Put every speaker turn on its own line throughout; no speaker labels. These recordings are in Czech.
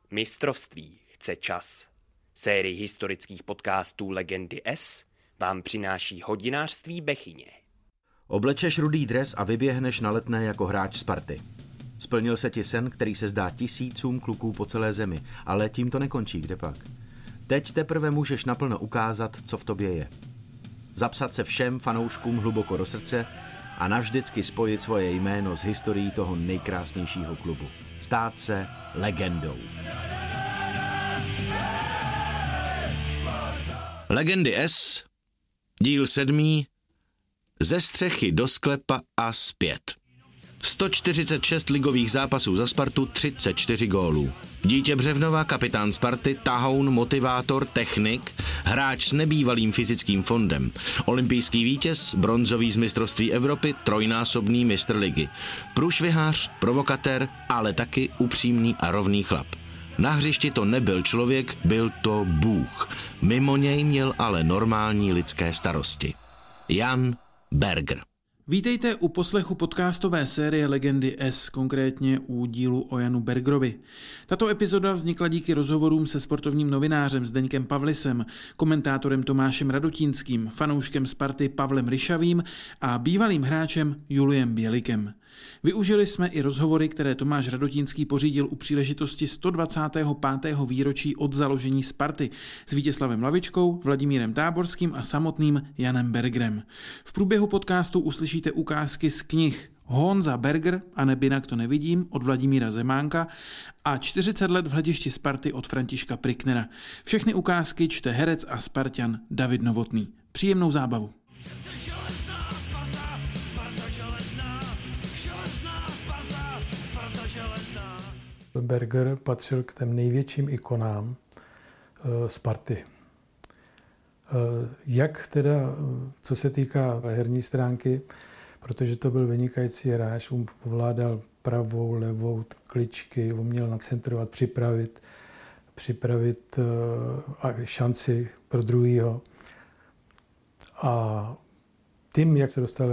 Mistrovství chce čas. Sérii historických podcastů Legendy S vám přináší hodinářství Bechyně.
Oblečeš rudý dres a vyběhneš na Letné jako hráč Sparty. Splnil se ti sen, který se zdá tisícům kluků po celé zemi, ale tím to nekončí, kdepak. Teď teprve můžeš naplno ukázat, co v tobě je. Zapsat se všem fanouškům hluboko do srdce a navždycky spojit svoje jméno s historií toho nejkrásnějšího klubu. Stát se legendou.
Legendy S, díl 7, ze střechy do sklepa a zpět. 146 ligových zápasů za Spartu, 34 gólů. Dítě Břevnova, kapitán Sparty, tahoun, motivátor, technik, hráč s nebývalým fyzickým fondem, olympijský vítěz, bronzový z mistrovství Evropy, trojnásobný mistr ligy, průšvihář, provokatér, ale taky upřímný a rovný chlap. Na hřišti to nebyl člověk, byl to Bůh. Mimo něj měl ale normální lidské starosti. Jan Berger.
Vítejte u poslechu podcastové série Legendy S, konkrétně u dílu o Janu Bergerovi. Tato epizoda vznikla díky rozhovorům se sportovním novinářem Zdeňkem Pavlisem, komentátorem Tomášem Radotínským, fanouškem Sparty Pavlem Ryšavým a bývalým hráčem Juliem Bělikem. Využili jsme i rozhovory, které Tomáš Radotínský pořídil u příležitosti 125. výročí od založení Sparty s Vítězslavem Lavičkou, Vladimírem Táborským a samotným Janem Bergerem. V průběhu podcastu uslyšíte ukázky z knih Honza Berger a neb jinak to nevidím od Vladimíra Zemánka a 40 let v hledišti Sparty od Františka Priknera. Všechny ukázky čte herec a Spartan David Novotný. Příjemnou zábavu.
Berger patřil k těm největším ikonám Sparty. Jak teda, co se týká herní stránky, protože to byl vynikající hráč, ovládal pravou, levou, kličky, uměl nacentrovat, připravit šanci pro druhýho. A tím, jak se dostal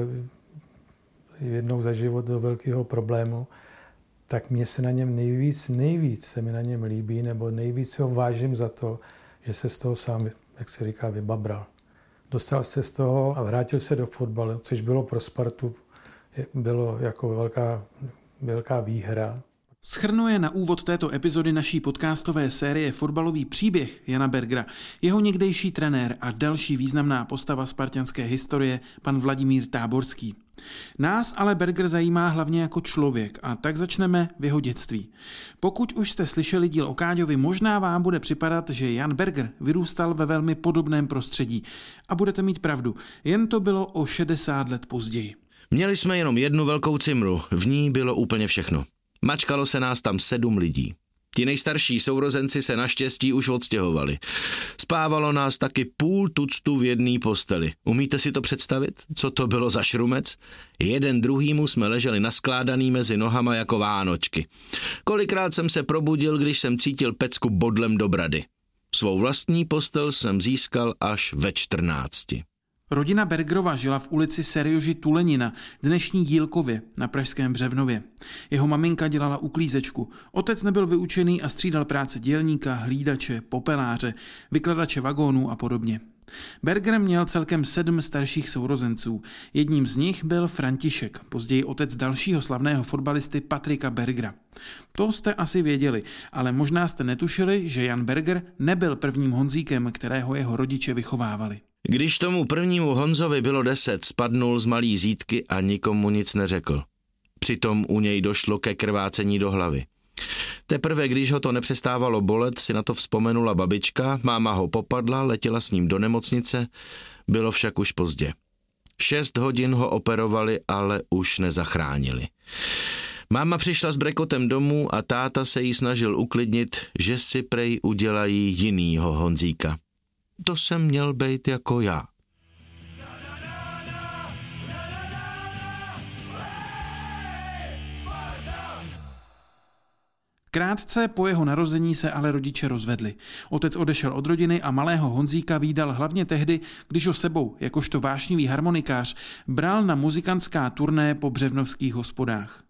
jednou za život do velkého problému, tak mě se na něm nejvíc se mi na něm líbí, nebo nejvíc ho vážím za to, že se z toho sám, jak se říká, vybabral. Dostal se z toho a vrátil se do fotbalu, což bylo pro Spartu bylo jako velká výhra.
Shrnuje na úvod této epizody naší podcastové série fotbalový příběh Jana Bergera, jeho někdejší trenér a další významná postava spartanské historie, pan Vladimír Táborský. Nás ale Berger zajímá hlavně jako člověk a tak začneme v jeho dětství. Pokud už jste slyšeli díl o Káďovi, možná vám bude připadat, že Jan Berger vyrůstal ve velmi podobném prostředí. A budete mít pravdu, jen to bylo o 60 let později.
Měli jsme jenom jednu velkou cimru, v ní bylo úplně všechno. Mačkalo se nás tam 7 lidí. Ti nejstarší sourozenci se naštěstí už odstěhovali. Spávalo nás taky půl tuctu v jedné posteli. Umíte si to představit? Co to bylo za šrumec? Jeden druhýmu jsme leželi naskládaný mezi nohama jako vánočky. Kolikrát jsem se probudil, když jsem cítil pecku bodlem do brady. Svou vlastní postel jsem získal až ve 14.
Rodina Bergerova žila v ulici Serjoži Tulenina, dnešní Jílkově, na pražském Břevnově. Jeho maminka dělala uklízečku. Otec nebyl vyučený a střídal práce dělníka, hlídače, popeláře, vykladače vagónů a podobně. Berger měl celkem 7 starších sourozenců. Jedním z nich byl František, později otec dalšího slavného fotbalisty Patrika Bergera. To jste asi věděli, ale možná jste netušili, že Jan Berger nebyl prvním Honzíkem, kterého jeho rodiče vychovávali.
Když tomu prvnímu Honzovi bylo 10, spadnul z malý zítky a nikomu nic neřekl. Přitom u něj došlo ke krvácení do hlavy. Teprve když ho to nepřestávalo bolet, si na to vzpomenula babička, máma ho popadla, letěla s ním do nemocnice, bylo však už pozdě. 6 hodin ho operovali, ale už nezachránili. Máma přišla s brekotem domů a táta se jí snažil uklidnit, že si prej udělají jinýho Honzíka. To jsem měl být jako já.
Krátce po jeho narození se ale rodiče rozvedli. Otec odešel od rodiny a malého Honzíka vídal hlavně tehdy, když ho sebou, jakožto vášnivý harmonikář, bral na muzikantská turné po břevnovských hospodách.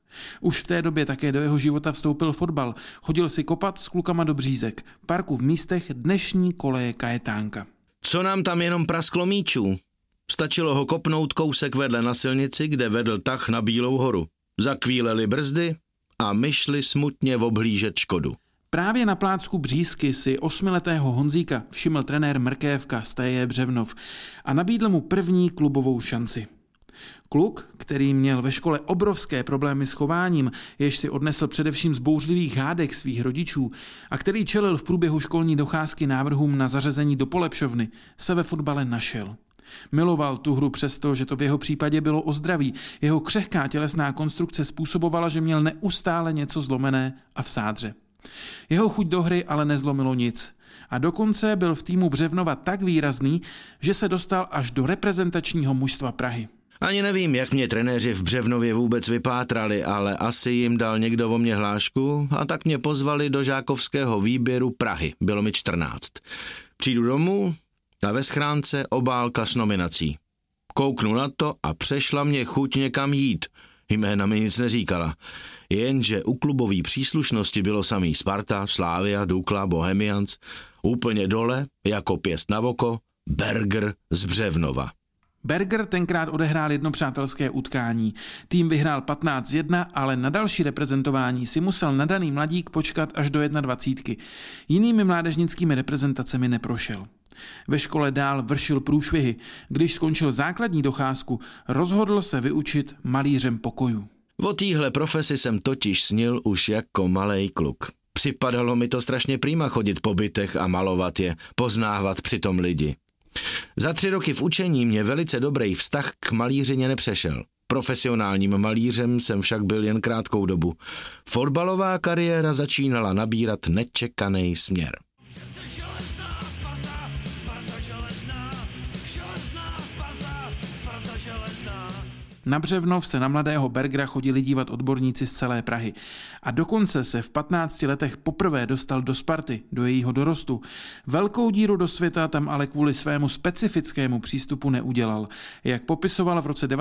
Už v té době také do jeho života vstoupil fotbal. Chodil si kopat s klukama do Břízek, parku v místech dnešní koleje Kajetánka.
Co nám tam jenom prasklo míčů? Stačilo ho kopnout kousek vedle na silnici, kde vedl tah na Bílou horu. Zakvílely brzdy a my šli smutně obhlížet škodu.
Právě na plácku Břízky si 8letého Honzíka všiml trenér Mrkévka z TJ Břevnov a nabídl mu první klubovou šanci. Kluk, který měl ve škole obrovské problémy s chováním, jež si odnesl především z bouřlivých hádek svých rodičů a který čelil v průběhu školní docházky návrhům na zařazení do polepšovny, se ve fotbale našel. Miloval tu hru přesto, že to v jeho případě bylo o zdraví. Jeho křehká tělesná konstrukce způsobovala, že měl neustále něco zlomené a v sádře. Jeho chuť do hry ale nezlomilo nic. A dokonce byl v týmu Břevnova tak výrazný, že se dostal až do reprezentačního mužstva Prahy.
Ani nevím, jak mě trenéři v Břevnově vůbec vypátrali, ale asi jim dal někdo o mě hlášku a tak mě pozvali do žákovského výběru Prahy. Bylo mi 14. Přijdu domů a ve schránce obálka s nominací. Kouknu na to a přešla mě chuť někam jít. Jména mi nic neříkala. Jenže u klubové příslušnosti bylo samý Sparta, Slavia, Dukla, Bohemians. Úplně dole, jako pěst na oko, Berger z Břevnova.
Berger tenkrát odehrál jedno přátelské utkání. Tým vyhrál 15-1, ale na další reprezentování si musel nadaný mladík počkat až do 21. Jinými mládežnickými reprezentacemi neprošel. Ve škole dál vršil průšvihy. Když skončil základní docházku, rozhodl se vyučit malířem pokojů.
O téhle profesi jsem totiž snil už jako malej kluk. Připadalo mi to strašně prýma chodit po bytech a malovat je, poznávat přitom lidi. Za 3 roky v učení mě velice dobrý vztah k malířině nepřešel. Profesionálním malířem jsem však byl jen krátkou dobu. Fotbalová kariéra začínala nabírat nečekaný směr.
Na Břevnov se na mladého Bergera chodili dívat odborníci z celé Prahy. A dokonce se v 15 letech poprvé dostal do Sparty, do jejího dorostu. Velkou díru do světa tam ale kvůli svému specifickému přístupu neudělal, jak popisoval v roce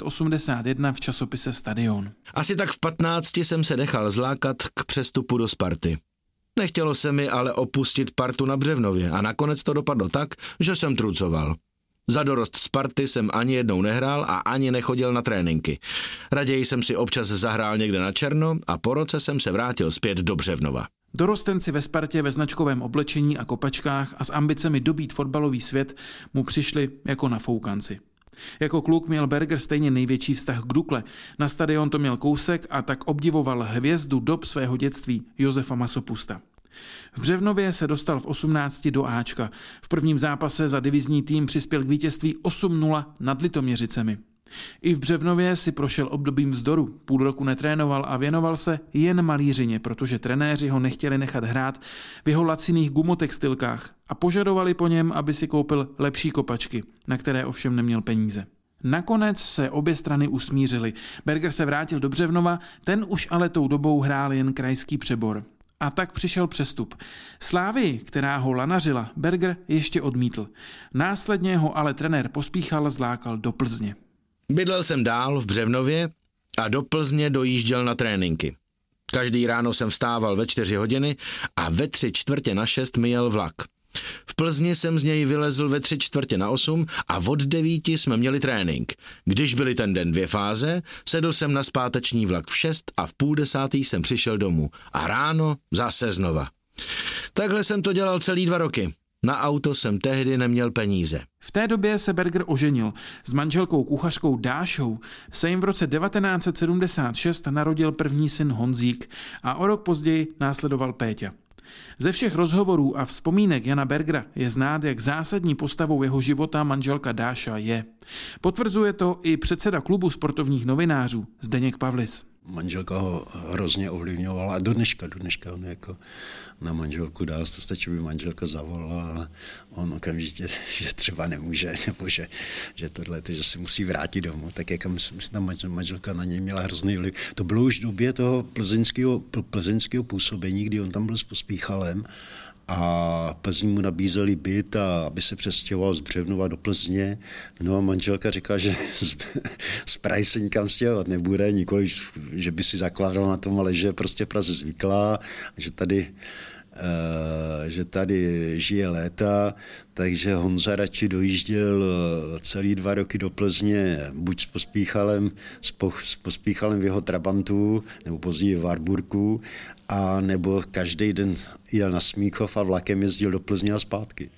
1981 v časopise Stadion.
Asi tak v 15 jsem se nechal zlákat k přestupu do Sparty. Nechtělo se mi ale opustit partu na Břevnově a nakonec to dopadlo tak, že jsem trucoval. Za dorost Sparty jsem ani jednou nehrál a ani nechodil na tréninky. Raději jsem si občas zahrál někde na černo a po roce jsem se vrátil zpět do Břevnova.
Dorostenci ve Spartě ve značkovém oblečení a kopačkách a s ambicemi dobít fotbalový svět mu přišli jako nafoukanci. Jako kluk měl Berger stejně největší vztah k Dukle. Na stadion to měl kousek a tak obdivoval hvězdu dob svého dětství Josefa Masopusta. V Břevnově se dostal v 18 do Ačka. V prvním zápase za divizní tým přispěl k vítězství 8-0 nad Litoměřicemi. I v Břevnově si prošel obdobím vzdoru, půl roku netrénoval a věnoval se jen malířině, protože trenéři ho nechtěli nechat hrát v jeho laciných gumotextilkách a požadovali po něm, aby si koupil lepší kopačky, na které ovšem neměl peníze. Nakonec se obě strany usmířily. Berger se vrátil do Břevnova, ten už ale tou dobou hrál jen krajský přebor. A tak přišel přestup. Slávii, která ho lanařila, Berger ještě odmítl. Následně ho ale trenér Pospíchal zlákal do Plzně.
Bydlel jsem dál v Břevnově a do Plzně dojížděl na tréninky. Každý ráno jsem vstával ve 4 hodiny a ve 5:45 mi jel vlak. V Plzni jsem z něj vylezl ve 7:45 a od 9 jsme měli trénink. Když byly ten den 2 fáze, sedl jsem na zpáteční vlak v 6 a v 9:30 jsem přišel domů. A ráno zase znova. Takhle jsem to dělal celý 2 roky. Na auto jsem tehdy neměl peníze.
V té době se Berger oženil. S manželkou kuchařkou Dášou se jim v roce 1976 narodil první syn Honzík a o rok později následoval Péťa. Ze všech rozhovorů a vzpomínek Jana Bergera je znát, jak zásadní postavou jeho života manželka Dáša je. Potvrzuje to i předseda klubu sportovních novinářů Zdeněk Pavlis.
Manželka ho hrozně ovlivňovala a do dneška on jako na manželku dá, to stačí, by manželka zavolala a on okamžitě, že třeba nemůže, nebo že tohle, že se musí vrátit domů, tak jak myslím, ta manželka na něj měla hrozný vliv. To bylo už v době toho plzeňského působení, kdy on tam byl s Pospíchalem a Plzni mu nabízeli byt, aby se přestěhoval z Břevnova do Plzně. No a manželka říkala, že z Prahy se nikam stěhovat nebude, nikoliv, že by si zakládala na tom, ale že prostě v Praze zvyklá, že tady žije léta, takže Honza radši dojížděl celý 2 roky do Plzně, buď s Pospíchalem v jeho Trabantu, nebo později v Warburgu, a nebo každý den jel na Smíchov a vlakem jezdil do Plzně a zpátky.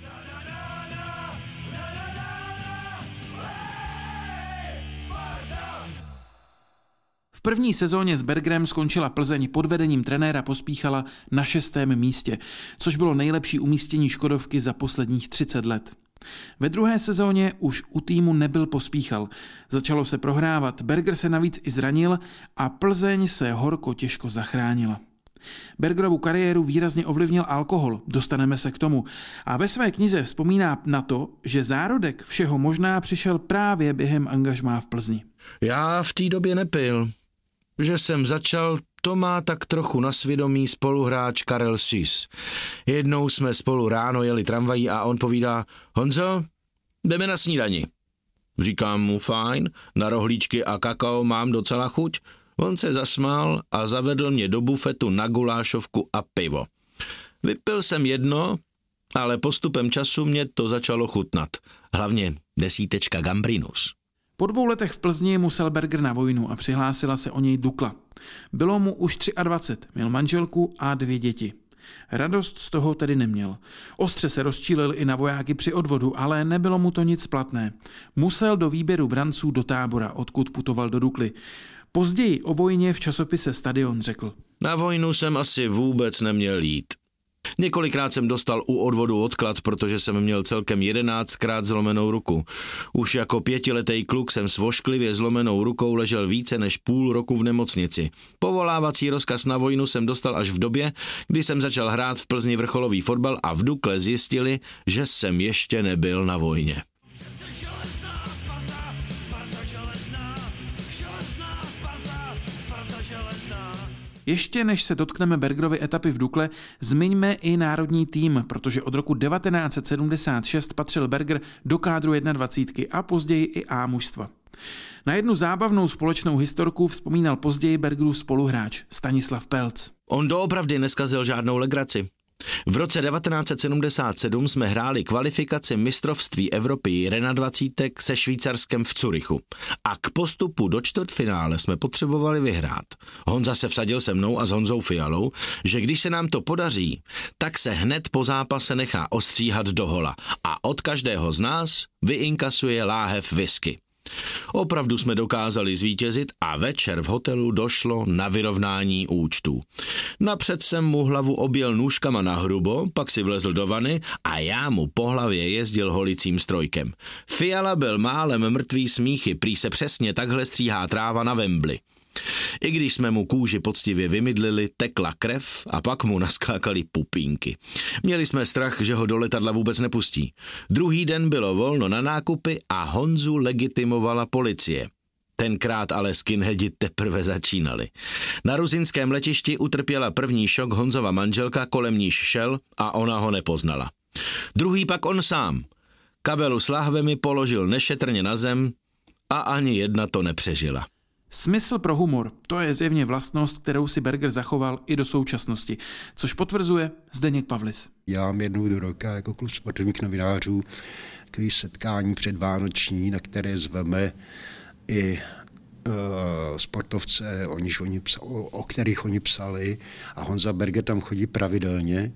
V první sezóně s Bergerem skončila Plzeň pod vedením trenéra Pospíchala na 6. místě, což bylo nejlepší umístění Škodovky za posledních 30 let. Ve druhé sezóně už u týmu nebyl Pospíchal. Začalo se prohrávat, Berger se navíc i zranil a Plzeň se horko těžko zachránila. Bergerovu kariéru výrazně ovlivnil alkohol, dostaneme se k tomu. A ve své knize vzpomíná na to, že zárodek všeho možná přišel právě během angažmá v Plzni.
Já v té době nepil. Že jsem začal, to má tak trochu na svědomí spoluhráč Karel Sis. Jednou jsme spolu ráno jeli tramvají a on povídá: Honzo, jdeme na snídani. Říkám mu: fajn, na rohlíčky a kakao mám docela chuť. On se zasmál a zavedl mě do bufetu na gulášovku a pivo. Vypil jsem jedno, ale postupem času mě to začalo chutnat. Hlavně 10 Gambrinus.
Po 2 letech v Plzni musel Berger na vojnu a přihlásila se o něj Dukla. Bylo mu už 23, měl manželku a 2 děti. Radost z toho tedy neměl. Ostře se rozčílil i na vojáky při odvodu, ale nebylo mu to nic platné. Musel do výběru branců do Tábora, odkud putoval do Dukly. Později o vojně v časopise Stadion řekl:
Na vojnu jsem asi vůbec neměl jít. Několikrát jsem dostal u odvodu odklad, protože jsem měl celkem 11krát zlomenou ruku. Už jako 5letý kluk jsem s vošklivě zlomenou rukou ležel více než půl roku v nemocnici. Povolávací rozkaz na vojnu jsem dostal až v době, kdy jsem začal hrát v Plzni vrcholový fotbal a v Dukle zjistili, že jsem ještě nebyl na vojně.
Ještě než se dotkneme Bergerovy etapy v Dukle, zmiňme i národní tým, protože od roku 1976 patřil Berger do kádru 21 a později i A mužstva. Na jednu zábavnou společnou historku vzpomínal později Bergerův spoluhráč Stanislav Pelc.
On doopravdy neskazil žádnou legraci. V roce 1977 jsme hráli kvalifikaci mistrovství Evropy 21 se Švýcarskem v Curychu a k postupu do čtvrtfinále jsme potřebovali vyhrát. Honza se vsadil se mnou a s Honzou Fialou, že když se nám to podaří, tak se hned po zápase nechá ostříhat do hola a od každého z nás vyinkasuje láhev whisky. Opravdu jsme dokázali zvítězit a večer v hotelu došlo na vyrovnání účtů. Napřed jsem mu hlavu objel nůžkama na hrubo, pak si vlezl do vany a já mu po hlavě jezdil holicím strojkem. Fiala byl málem mrtvý smíchy, prý se přesně takhle stříhá tráva na Wembley. I když jsme mu kůži poctivě vymydlili, tekla krev a pak mu naskákaly pupínky. Měli jsme strach, že ho do letadla vůbec nepustí. Druhý den bylo volno na nákupy a Honzu legitimovala policie. Tenkrát ale skinheadi teprve začínali. Na ruzinském letišti utrpěla první šok Honzova manželka, kolem níž šel a ona ho nepoznala. Druhý pak on sám. Kabelu s lahvemi položil nešetrně na zem a ani jedna to nepřežila.
Smysl pro humor, to je zjevně vlastnost, kterou si Berger zachoval i do současnosti, což potvrzuje Zdeněk Pavlis.
Já mám jednou do roka jako klub sportovních novinářů takový setkání předvánoční, na které zveme i sportovce, o kterých oni psali, a Honza Berger tam chodí pravidelně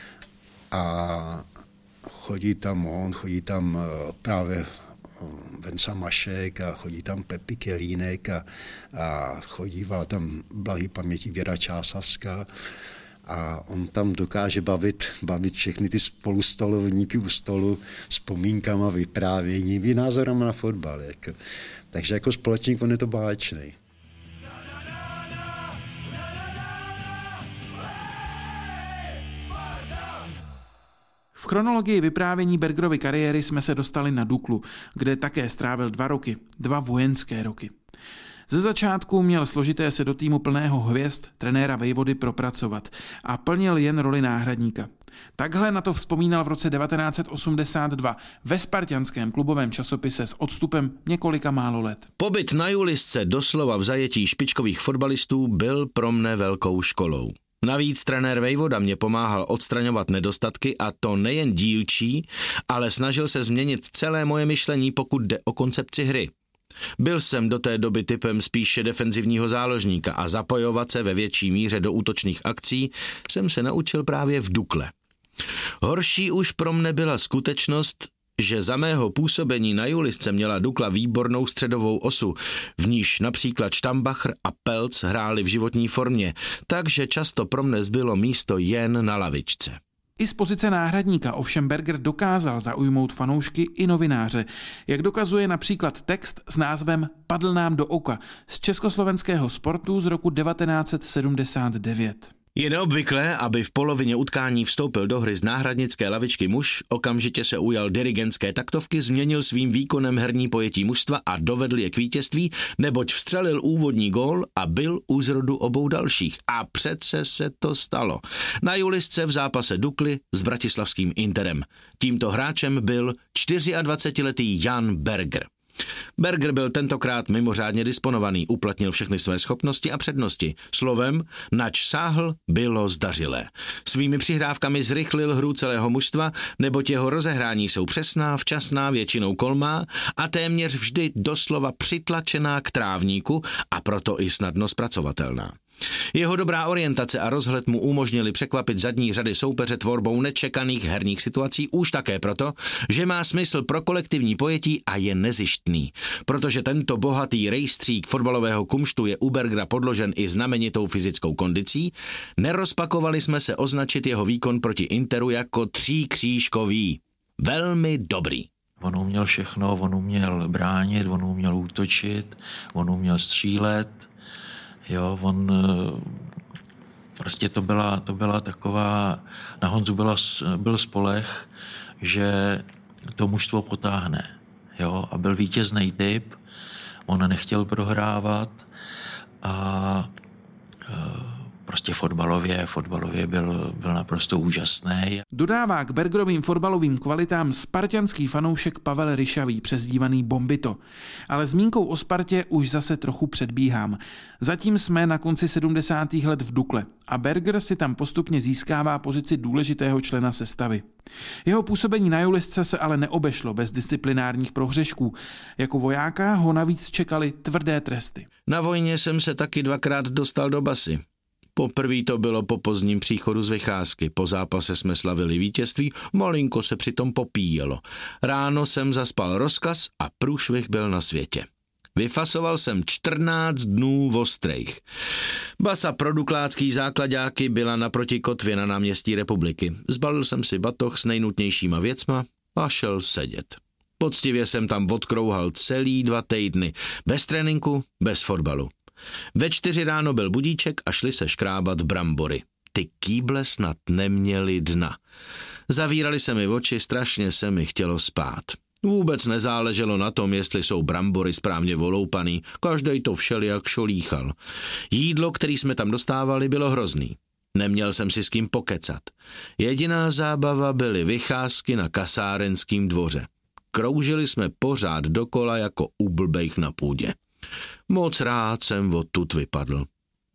a chodí tam právě Venca Mašek a chodí tam Pepi Kelínek a chodívala tam blahý paměti Věra Čásavská a on tam dokáže bavit všechny ty spolustolovníky u stolu vzpomínkama, vyprávěním i názorama na fotbal. Takže jako společník on je to báječnej.
V chronologii vyprávění Bergerovy kariéry jsme se dostali na Duklu, kde také strávil 2 roky, 2 vojenské roky. Ze začátku měl složité se do týmu plného hvězd trenéra Vejvody propracovat a plnil jen roli náhradníka. Takhle na to vzpomínal v roce 1982 ve spartanském klubovém časopise s odstupem několika málo let.
Pobyt na Julisce doslova v zajetí špičkových fotbalistů byl pro mne velkou školou. Navíc trenér Vejvoda mě pomáhal odstraňovat nedostatky a to nejen dílčí, ale snažil se změnit celé moje myšlení, pokud jde o koncepci hry. Byl jsem do té doby typem spíše defenzivního záložníka a zapojovat se ve větší míře do útočných akcí jsem se naučil právě v Dukle. Horší už pro mne byla skutečnost, že za mého působení na Julisce měla Dukla výbornou středovou osu, v níž například Štambachr a Pelc hráli v životní formě, takže často pro mne zbylo místo jen na lavičce.
I z pozice náhradníka ovšem Berger dokázal zaujmout fanoušky i novináře, jak dokazuje například text s názvem Padl nám do oka z československého Sportu z roku 1979.
Je neobvyklé, aby v polovině utkání vstoupil do hry z náhradnické lavičky muž, okamžitě se ujal dirigentské taktovky, změnil svým výkonem herní pojetí mužstva a dovedl je k vítězství, neboť vstřelil úvodní gól a byl u zrodu obou dalších. A přece se to stalo. Na Julisce v zápase Dukly s bratislavským Interem. Tímto hráčem byl 24letý Jan Berger. Berger byl tentokrát mimořádně disponovaný, uplatnil všechny své schopnosti a přednosti. Slovem, nač sáhl, bylo zdařilé. Svými přihrávkami zrychlil hru celého mužstva, neboť jeho rozehrání jsou přesná, včasná, většinou kolmá a téměř vždy doslova přitlačená k trávníku a proto i snadno zpracovatelná. Jeho dobrá orientace a rozhled mu umožnili překvapit zadní řady soupeře tvorbou nečekaných herních situací už také proto, že má smysl pro kolektivní pojetí a je nezištný. Protože tento bohatý rejstřík fotbalového kumštu je u Bergera podložen i znamenitou fyzickou kondicí, nerozpakovali jsme se označit jeho výkon proti Interu jako tříkřížkový. Velmi dobrý.
On uměl všechno, on uměl bránit, on uměl útočit, on uměl střílet. Jo, on prostě to byla taková, na Honzu byl spoleh, že to mužstvo potáhne, jo, a byl vítězný typ, on nechtěl prohrávat a prostě fotbalově byl naprosto úžasný.
Dodává k Bergerovým fotbalovým kvalitám spartanský fanoušek Pavel Ryšavý, přezdívaný Bombito. Ale zmínkou o Spartě už zase trochu předbíhám. Zatím jsme na konci 70. let v Dukle a Berger si tam postupně získává pozici důležitého člena sestavy. Jeho působení na Julisce se ale neobešlo bez disciplinárních prohřešků. Jako vojáka ho navíc čekaly tvrdé tresty.
Na vojně jsem se taky dvakrát dostal do basy. Poprvé to bylo po pozdním příchodu z vycházky. Po zápase jsme slavili vítězství, malinko se přitom popíjelo. Ráno jsem zaspal rozkaz a průšvih byl na světě. Vyfasoval jsem 14 dnů ostrejch. Basa pro duklácký záklaďáky byla naproti kotvě na náměstí Republiky. Zbalil jsem si batoh s nejnutnějšíma věcma a šel sedět. Poctivě jsem tam odkrouhal celý 2 týdny. Bez tréninku, bez fotbalu. Ve 4 ráno byl budíček a šli se škrábat brambory. Ty kýble snad neměly dna. Zavírali se mi oči, strašně se mi chtělo spát. Vůbec nezáleželo na tom, jestli jsou brambory správně voloupaný, každej to všelijak šolíchal. Jídlo, který jsme tam dostávali, bylo hrozný. Neměl jsem si s kým pokecat. Jediná zábava byly vycházky na kasárenským dvoře. Kroužili jsme pořád dokola jako u blbejch na půdě. Moc rád jsem odtud vypadl.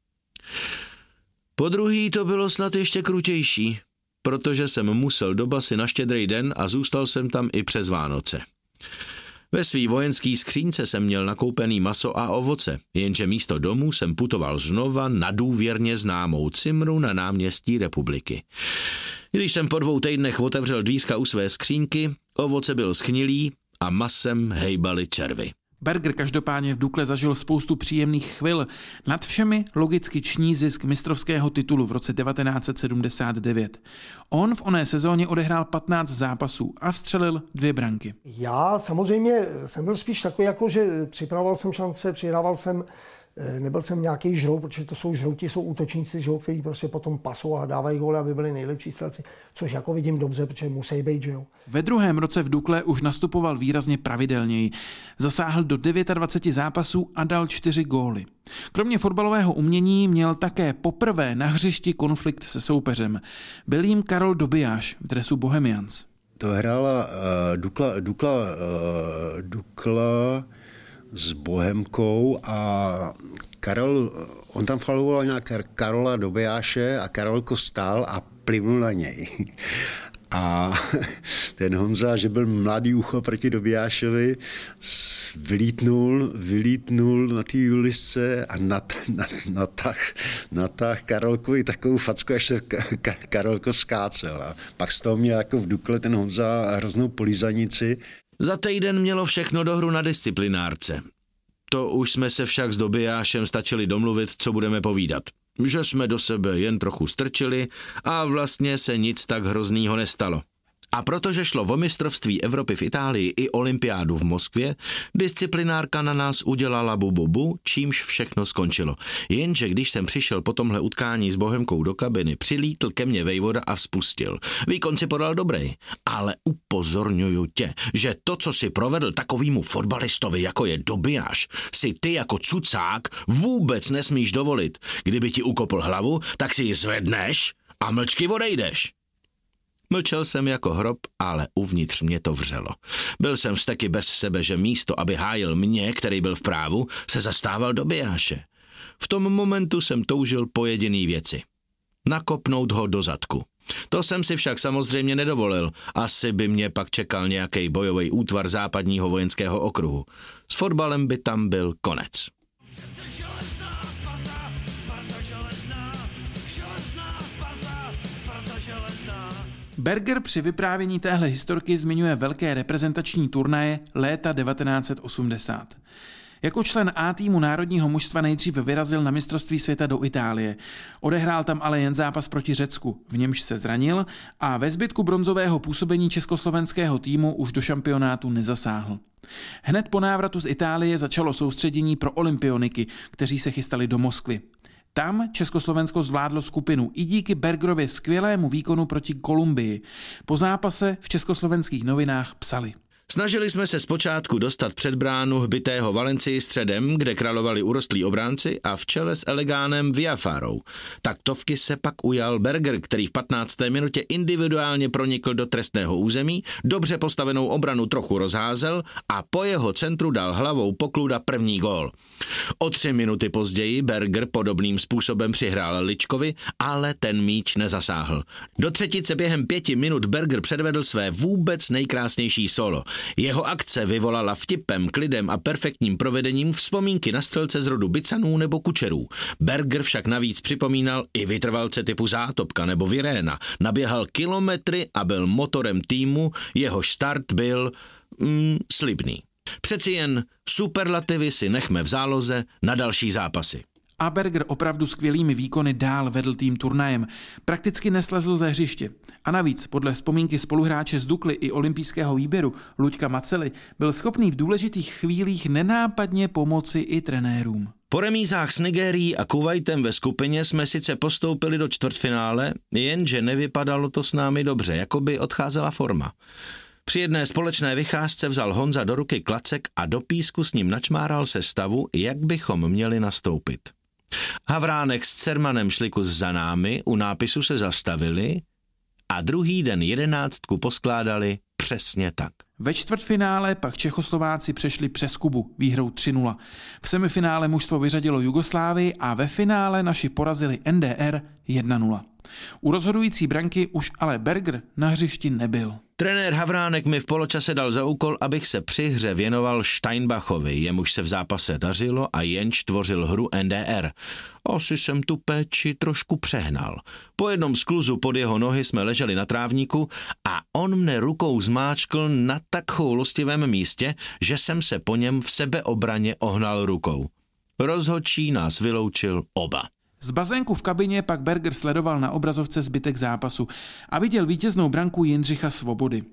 Podruhý to bylo snad ještě krutější, protože jsem musel do basy na Štědrý den a zůstal jsem tam i přes Vánoce. Ve svý vojenský skřínce jsem měl nakoupený maso a ovoce, jenže místo domů jsem putoval znova na důvěrně známou cimru na náměstí Republiky. Když jsem po 2 týdnech otevřel dvířka u své skřínky, ovoce bylo schnilý a masem hejbaly červy.
Berger každopádně v Dukle zažil spoustu příjemných chvil. Nad všemi logicky ční zisk mistrovského titulu v roce 1979. On v oné sezóně odehrál 15 zápasů a vstřelil 2 branky.
Já samozřejmě jsem byl spíš takový, jako že připravoval jsem šance, přihrával jsem Nebyl jsem nějaký žrout, protože to jsou žrouti, jsou útočníci, kteří prostě potom pasou a dávají góly, aby byli nejlepší střelci, což jako vidím dobře, protože musí být, že jo.
Ve druhém roce v Dukle už nastupoval výrazně pravidelněji. Zasáhl do 29 zápasů a dal 4 góly. Kromě fotbalového umění měl také poprvé na hřišti konflikt se soupeřem. Byl jím Karol Dobijáš v dresu Bohemians.
To hrála Dukla s Bohemkou a Karol, on tam faloval nějak Karola Dobijáše a Karolko stál a plivnul na něj. A ten Honza, že byl mladý ucho proti Dobijášovi, vylítnul na té uličce a natáh Karolkovi takovou facku, až se Karolko skácel. A pak z toho měl jako v Dukle ten Honza hroznou polízanici.
Za týden mělo všechno do hru na disciplinárce. To už jsme se však s Dobijášem stačili domluvit, co budeme povídat. Že jsme do sebe jen trochu strčili a vlastně se nic tak hroznýho nestalo. A protože šlo o mistrovství Evropy v Itálii i olympiádu v Moskvě, disciplinárka na nás udělala bububu, čímž všechno skončilo. Jenže když jsem přišel po tomhle utkání s Bohemkou do kabiny, přilítl ke mně vejvoda a vzpustil. Výkon si podal dobrý, ale upozorňuju tě, že to, co si provedl takovýmu fotbalistovi, jako je Dobijáš, si ty jako cucák vůbec nesmíš dovolit. Kdyby ti ukopl hlavu, tak si ji zvedneš a mlčky odejdeš. Mlčel jsem jako hrob, ale uvnitř mě to vřelo. Byl jsem vzteky bez sebe, že místo, aby hájil mě, který byl v právu, se zastával Dobijáše. V tom momentu jsem toužil po jediný věci. Nakopnout ho do zadku. To jsem si však samozřejmě nedovolil. Asi by mě pak čekal nějaký bojový útvar západního vojenského okruhu. S fotbalem by tam byl konec.
Berger při vyprávění téhle historky zmiňuje velké reprezentační turnaje léta 1980. Jako člen A týmu národního mužstva nejdřív vyrazil na mistrovství světa do Itálie. Odehrál tam ale jen zápas proti Řecku, v němž se zranil a ve zbytku bronzového působení československého týmu už do šampionátu nezasáhl. Hned po návratu z Itálie začalo soustředění pro olympioniky, kteří se chystali do Moskvy. Tam Československo zvládlo skupinu i díky Bergerově skvělému výkonu proti Kolumbii. Po zápase v československých novinách psali.
Snažili jsme se zpočátku dostat před bránu hbitého Valencii středem, kde královali urostlí obránci a v čele s Elegánem Viafárou. Taktovky se pak ujal Berger, který v 15. minutě individuálně pronikl do trestného území, dobře postavenou obranu trochu rozházel a po jeho centru dal hlavou pokluda první gól. O 3 minuty později Berger podobným způsobem přihrál Ličkovi, ale ten míč nezasáhl. Do třetice během 5 minut Berger předvedl své vůbec nejkrásnější solo. Jeho akce vyvolala vtipem, klidem a perfektním provedením vzpomínky na střelce z rodu Bicanů nebo Kučerů. Berger však navíc připomínal i vytrvalce typu Zátopka nebo Viréna. Naběhal kilometry a byl motorem týmu, jehož start byl slibný. Přeci jen superlativy si nechme v záloze na další zápasy.
A Berger opravdu skvělými výkony dál vedl tým turnajem. Prakticky neslezl ze hřiště. A navíc, podle vzpomínky spoluhráče z Dukly i olympijského výběru Luďka Macely, byl schopný v důležitých chvílích nenápadně pomoci i trenérům.
Po remízách s Nigérií a Kuvajtem ve skupině jsme sice postoupili do čtvrtfinále, jenže nevypadalo to s námi dobře, jako by odcházela forma. Při jedné společné vycházce vzal Honza do ruky klacek a do písku s ním načmáral sestavu, jak bychom měli nastoupit. Havránek s Cermanem šli kus za námi, u nápisu se zastavili a druhý den 11 poskládali přesně tak.
Ve čtvrtfinále pak Čechoslováci přešli přes Kubu výhrou 3-0. V semifinále mužstvo vyřadilo Jugoslávii a ve finále naši porazili NDR 1-0. U rozhodující branky už ale Berger na hřišti nebyl.
Trenér Havránek mi v poločase dal za úkol, abych se při hře věnoval Steinbachovi, jemuž se v zápase dařilo a jenž tvořil hru NDR. Asi jsem tu péči trošku přehnal. Po jednom skluzu pod jeho nohy jsme leželi na trávníku a on mne rukou zmáčkl na tak choulostivém místě, že jsem se po něm v sebeobraně ohnal rukou. Rozhodčí nás vyloučil oba.
Z bazénku v kabině pak Berger sledoval na obrazovce zbytek zápasu a viděl vítěznou branku Jindřicha Svobody.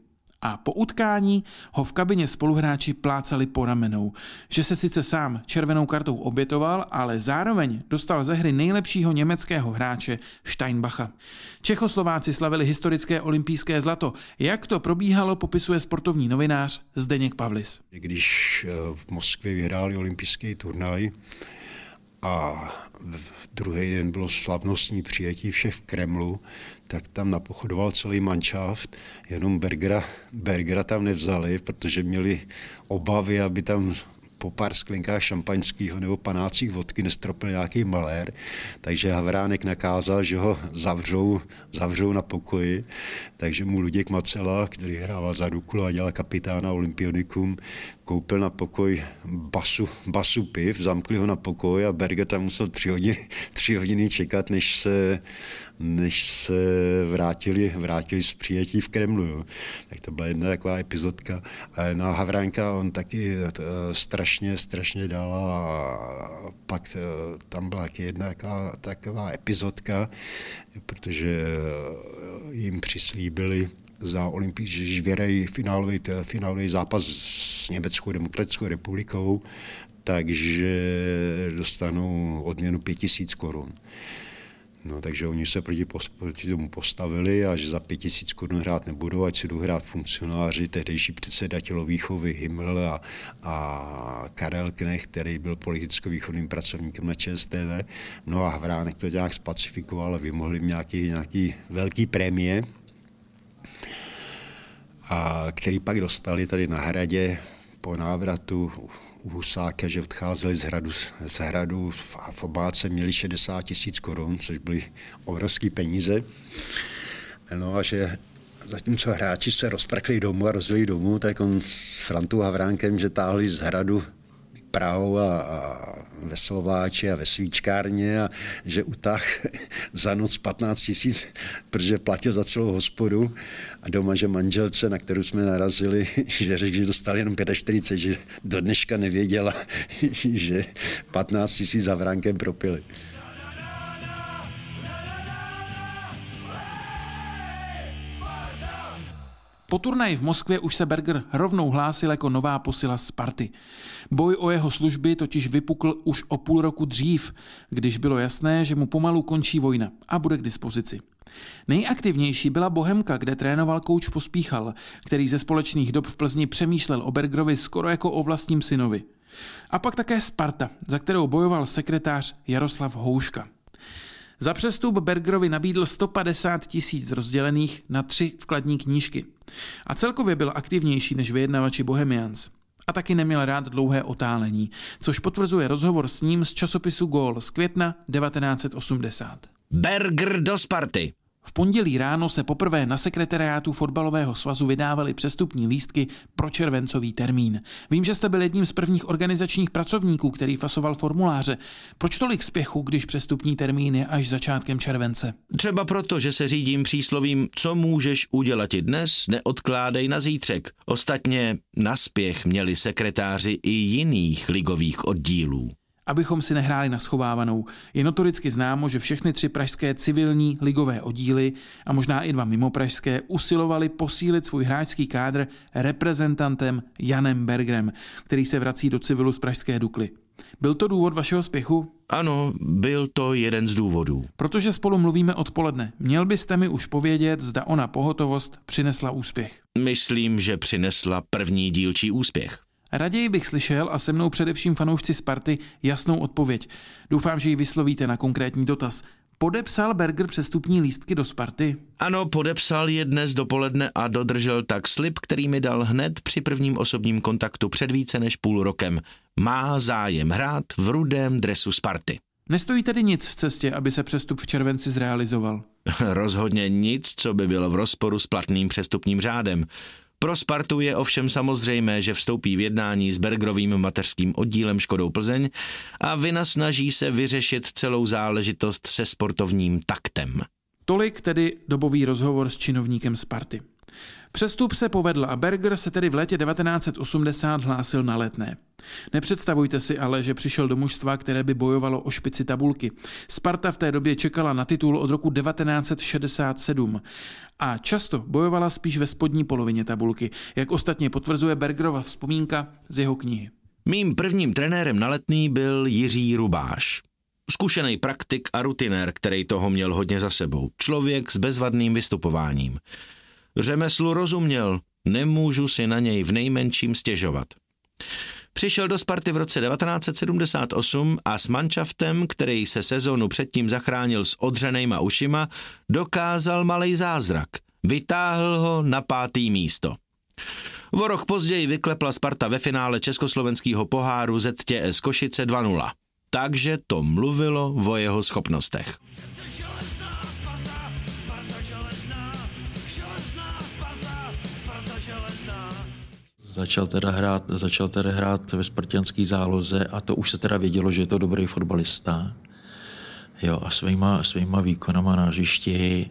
A po utkání ho v kabině spoluhráči plácali po ramenou, že se sice sám červenou kartou obětoval, ale zároveň dostal ze hry nejlepšího německého hráče Steinbacha. Čechoslováci slavili historické olympijské zlato. Jak to probíhalo, popisuje sportovní novinář Zdeněk Pavlis.
Když v Moskvě vyhráli olympijský turnaj a druhý den bylo slavnostní přijetí všech v Kremlu, tak tam napochodoval celý manšaft, jenom Bergera tam nevzali, protože měli obavy, aby tam po pár sklinkách šampaňského nebo panácích vodky nestropil nějaký malér, takže Havránek nakázal, že ho zavřou na pokoji, takže mu Luděk Macela, který hrával za Duklu a dělal kapitána Olympionikum, koupil na pokoj basu piv, zamkli ho na pokoj a Berger tam musel 3 hodiny čekat, než se vrátili z přijetí v Kremlu. Jo. Tak to byla jedna taková epizodka. No a Havránka on taky strašně dal a pak tam byla jedna taková epizodka, protože jim přislíbili za olympijský, že vyhrají finálový zápas s Německou demokratickou republikou, takže dostanou odměnu 5 000 korun. No, takže oni se proti tomu postavili a že za 5 000 korun hrát nebudou, ať si jdou hrát funkcionáři, tehdejší předseda tělovýchovy Himmel a Karel Knech, který byl politicko-výchovným pracovníkem na ČSTV. No a Havránek to nějak spacifikoval a vymohli nějaký velký prémie, a který pak dostali tady na Hradě po návratu u Husáka, že odcházeli z hradu a v obálce měli 60 000 korun, což byly obrovské peníze. No a že zatímco hráči se rozprkli domů a rozjeli domů, tak on s Frantou Havránkem, že táhli z hradu Prahou a ve Slováči a ve Svíčkárně a že utáhl za noc 15 000, protože platil za celou hospodu a doma, že manželce, na kterou jsme narazili, že řekl, že dostal jenom 45, že do dneška nevěděla, že 15 000 za Havránkem propili.
Po turnaji v Moskvě už se Berger rovnou hlásil jako nová posila Sparty. Boj o jeho služby totiž vypukl už o půl roku dřív, když bylo jasné, že mu pomalu končí vojna a bude k dispozici. Nejaktivnější byla Bohemka, kde trénoval kouč Pospíchal, který ze společných dob v Plzni přemýšlel o Bergerovi skoro jako o vlastním synovi. A pak také Sparta, za kterou bojoval sekretář Jaroslav Houška. Za přestup Bergerovi nabídl 150 000 rozdělených na 3 vkladní knížky. A celkově byl aktivnější než vyjednavači Bohemians. A taky neměl rád dlouhé otálení, což potvrzuje rozhovor s ním z časopisu Gól z května 1980.
Berger do Sparty.
V pondělí ráno se poprvé na sekretariátu fotbalového svazu vydávaly přestupní lístky pro červencový termín. Vím, že jste byl jedním z prvních organizačních pracovníků, který fasoval formuláře. Proč tolik spěchu, když přestupní termín je až začátkem července?
Třeba proto, že se řídím příslovím, co můžeš udělat i dnes, neodkládej na zítřek. Ostatně na spěch měli sekretáři i jiných ligových oddílů.
Abychom si nehráli na schovávanou, je notoricky známo, že všechny 3 pražské civilní ligové oddíly a možná i 2 mimopražské usilovali posílit svůj hráčský kádr reprezentantem Janem Bergerem, který se vrací do civilu z pražské Dukly. Byl to důvod vašeho spěchu?
Ano, byl to jeden z důvodů.
Protože spolu mluvíme odpoledne, měl byste mi už povědět, zda ona pohotovost přinesla úspěch.
Myslím, že přinesla první dílčí úspěch.
Raději bych slyšel a se mnou především fanoušci Sparty jasnou odpověď. Doufám, že ji vyslovíte na konkrétní dotaz. Podepsal Berger přestupní lístky do Sparty?
Ano, podepsal je dnes dopoledne a dodržel tak slib, který mi dal hned při prvním osobním kontaktu před více než půl rokem. Má zájem hrát v rudém dresu Sparty.
Nestojí tedy nic v cestě, aby se přestup v červenci zrealizoval?
Rozhodně nic, co by bylo v rozporu s platným přestupním řádem. Pro Spartu je ovšem samozřejmé, že vstoupí v jednání s Bergerovým mateřským oddílem Škodou Plzeň a vynasnaží se vyřešit celou záležitost se sportovním taktem.
Tolik tedy dobový rozhovor s činovníkem Sparty. Přestup se povedl a Berger se tedy v létě 1980 hlásil na Letné. Nepředstavujte si ale, že přišel do mužstva, které by bojovalo o špici tabulky. Sparta v té době čekala na titul od roku 1967 a často bojovala spíš ve spodní polovině tabulky, jak ostatně potvrzuje Bergerova vzpomínka z jeho knihy.
Mým prvním trenérem na Letný byl Jiří Rubáš. Zkušený praktik a rutinér, který toho měl hodně za sebou. Člověk s bezvadným vystupováním. Řemeslu rozuměl, nemůžu si na něj v nejmenším stěžovat. Přišel do Sparty v roce 1978 a s manšaftem, který se sezónu předtím zachránil s odřenejma ušima, dokázal malej zázrak. Vytáhl ho na 5. místo. O rok později vyklepla Sparta ve finále československého poháru ZTS Košice 2-0. Takže to mluvilo o jeho schopnostech.
Začal teda hrát ve spartanské záloze a to už se teda vědělo, že je to dobrý fotbalista. Jo, a svýma výkonama na hřišti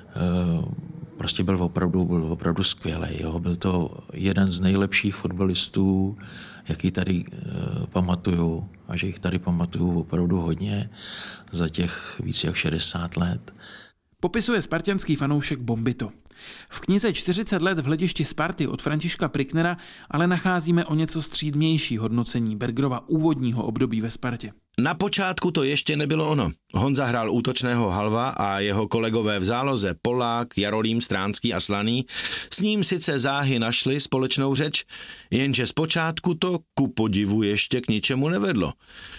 prostě byl opravdu skvělý. Jo. Byl to jeden z nejlepších fotbalistů, jaký tady pamatuju, a že jich tady pamatuju opravdu hodně za těch víc jak 60 let.
Popisuje spartanský fanoušek Bombito. V knize 40 let v hledišti Sparty od Františka Priknera ale nacházíme o něco střídmější hodnocení Bergerova úvodního období ve Spartě.
Na počátku to ještě nebylo ono. Honza hrál útočného halva a jeho kolegové v záloze Polák, Jarolím, Stránský a Slaný s ním sice záhy našli společnou řeč, jenže zpočátku to ku podivu ještě k ničemu nevedlo.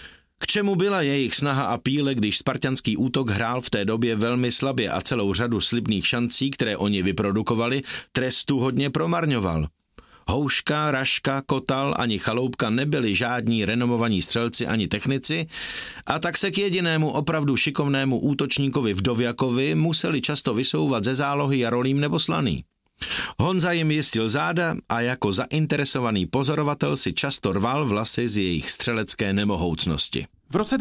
K čemu byla jejich snaha a píle, když spartanský útok hrál v té době velmi slabě a celou řadu slibných šancí, které oni vyprodukovali, trestu hodně promarňoval. Houška, Raška, Kotal ani Chaloupka nebyli žádní renomovaní střelci ani technici a tak se k jedinému opravdu šikovnému útočníkovi Vdovjakovi museli často vysouvat ze zálohy Jarolím nebo Slaný. Honza jim jistil záda a jako zainteresovaný pozorovatel si často rval vlasy z jejich střelecké nemohoucnosti.
V roce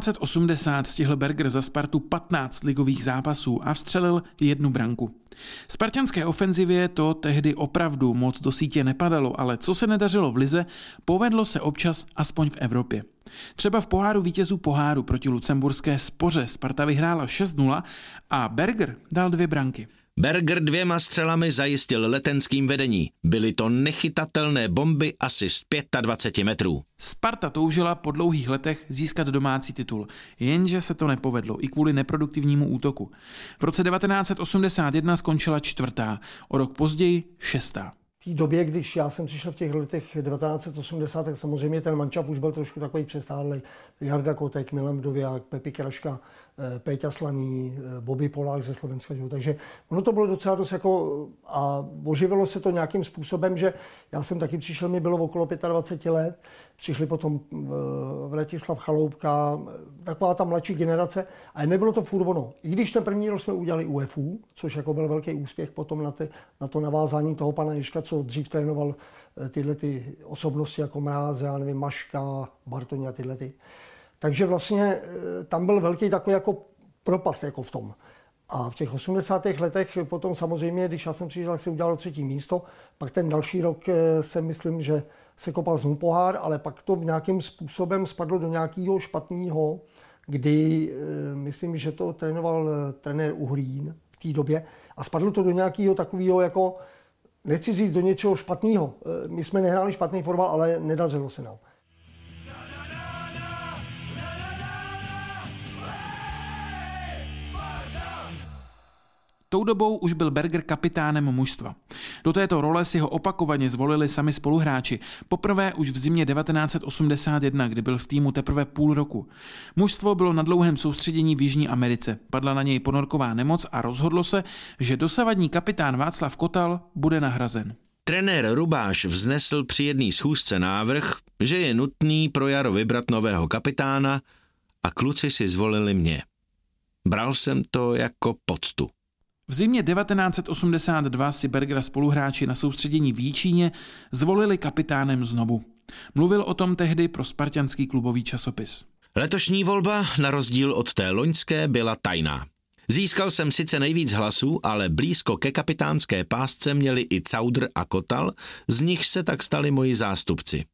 1980 stihl Berger za Spartu 15 ligových zápasů a vstřelil 1 branku. Spartanské ofenzivě to tehdy opravdu moc do sítě nepadalo, ale co se nedařilo v lize, povedlo se občas aspoň v Evropě. Třeba v poháru vítězů poháru proti lucemburské Spoře Sparta vyhrála 6-0 a Berger dal 2 branky.
Berger 2 střelami zajistil letenským vedení. Byly to nechytatelné bomby asi z 25 metrů.
Sparta toužila po dlouhých letech získat domácí titul, jenže se to nepovedlo i kvůli neproduktivnímu útoku. V roce 1981 skončila 4., o rok později 6.
V té době, když já jsem přišel v těch letech 1980, tak samozřejmě ten mančaf už byl trošku takový přestárlej. Jarda Kotek, Milan Vdovják, Pepi Kraška, Péťa Slaný, Bobby Polák ze Slovenska. Takže ono to bylo docela dost jako a oživilo se to nějakým způsobem, že já jsem taky přišel, mi bylo okolo 25 let, přišli potom Vratislav Chaloupka, taková ta mladší generace a nebylo to furt ono. I když ten první rok jsme udělali UFU, což jako byl velký úspěch potom na to navázání toho pana Ježka, co dřív trénoval tyhle ty osobnosti jako Mráze, já nevím, Maška, Bartoň a tyhle ty. Takže vlastně tam byl velký takový jako propast jako v tom. A v těch 80. letech potom samozřejmě, když já jsem přišel, tak se udělalo 3. místo. Pak ten další rok se myslím, že se kopal znovu pohár, ale pak to v nějakým způsobem spadlo do nějakého špatného, kdy myslím, že to trénoval trenér Uhrín v té době a spadlo to do nějakého takového jako, nechci říct do něčeho špatného. My jsme nehráli špatný fotbal, ale nedařilo se nám.
Tou dobou už byl Berger kapitánem mužstva. Do této role si ho opakovaně zvolili sami spoluhráči. Poprvé už v zimě 1981, kdy byl v týmu teprve půl roku. Mužstvo bylo na dlouhém soustředění v Jižní Americe. Padla na něj ponorková nemoc a rozhodlo se, že dosavadní kapitán Václav Kotal bude nahrazen.
Trenér Rubáš vznesl při jedné schůzce návrh, že je nutný pro jaro vybrat nového kapitána a kluci si zvolili mě. Bral jsem to jako poctu.
V zimě 1982 si Bergera spoluhráči na soustředění v Jíčíně zvolili kapitánem znovu. Mluvil o tom tehdy pro spartanský klubový časopis.
Letošní volba, na rozdíl od té loňské, byla tajná. Získal jsem sice nejvíc hlasů, ale blízko ke kapitánské pásce měli i Caudr a Kotal, z nich se tak stali moji zástupci.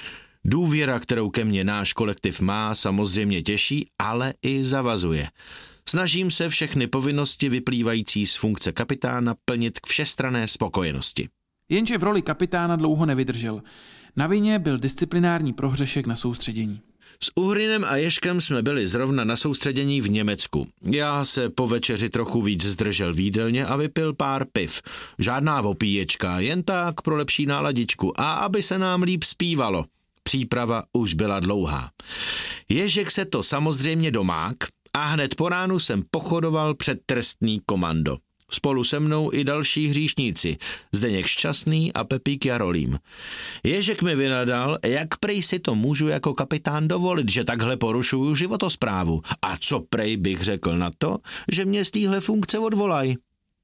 Důvěra, kterou ke mně náš kolektiv má, samozřejmě těší, ale i zavazuje. Snažím se všechny povinnosti vyplývající z funkce kapitána plnit k všestranné spokojenosti.
Jenže v roli kapitána dlouho nevydržel. Na vině byl disciplinární prohřešek na soustředění.
S Uhrinem a Ježkem jsme byli zrovna na soustředění v Německu. Já se po večeři trochu víc zdržel v jídelně a vypil pár piv. Žádná opíječka, jen tak pro lepší náladičku a aby se nám líp zpívalo. Příprava už byla dlouhá. Ježek se to samozřejmě domák a hned po ránu jsem pochodoval před trestný komando. Spolu se mnou i další hříšníci, Zdeněk Šťastný a Pepík Jarolím. Ježek mi vynadal, jak prej si to můžu jako kapitán dovolit, že takhle porušuju životosprávu. A co prej bych řekl na to, že mě z téhle funkce odvolaj.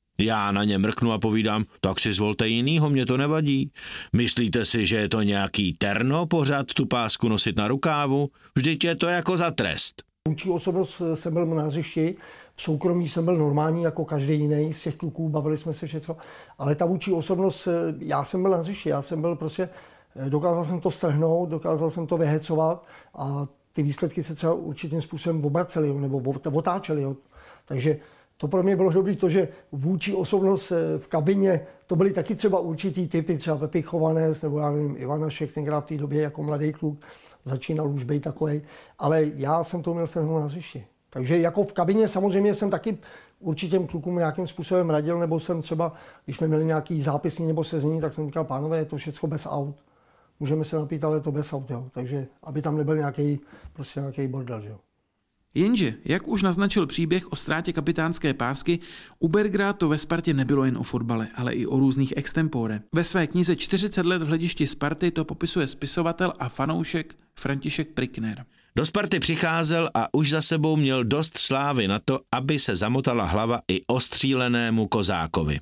Já na ně mrknu a povídám, tak si zvolte jinýho, mě to nevadí. Myslíte si, že je to nějaký terno pořád tu pásku nosit na rukávu? Vždyť je to jako za trest.
Vůči osobnost jsem byl na hřišti, v soukromí jsem byl normální jako každý jiný z těch kluků, bavili jsme se všechno, ale ta vůči osobnost, já jsem byl na hřišti, já jsem byl prostě, dokázal jsem to strhnout, dokázal jsem to vyhecovat a ty výsledky se třeba určitým způsobem obracely nebo otáčely. Takže to pro mě bylo dobré to, že vůči osobnost v kabině, to byly taky třeba určitý typy, třeba Pepík Chovanec nebo já nevím, Ivanašek, tenkrát v té době jako mladý kluk, začínal už být takovej, ale já jsem to měl strhnout na hřišti. Takže jako v kabině samozřejmě jsem taky určitým klukům nějakým způsobem radil, nebo jsem třeba, když jsme měli nějaký zápisní nebo sezení, tak jsem říkal, pánové, je to všechno bez aut. Můžeme se napít, ale je to bez aut, jo. Takže aby tam nebyl nějaký bordel, že jo.
Jenže, jak už naznačil příběh o ztrátě kapitánské pásky, u Bergera to ve Spartě nebylo jen o fotbale, ale i o různých extempore. Ve své knize 40 let v hledišti Sparty to popisuje spisovatel a fanoušek František Prikner.
Do Sparty přicházel a už za sebou měl dost slávy na to, aby se zamotala hlava i ostřílenému kozákovi.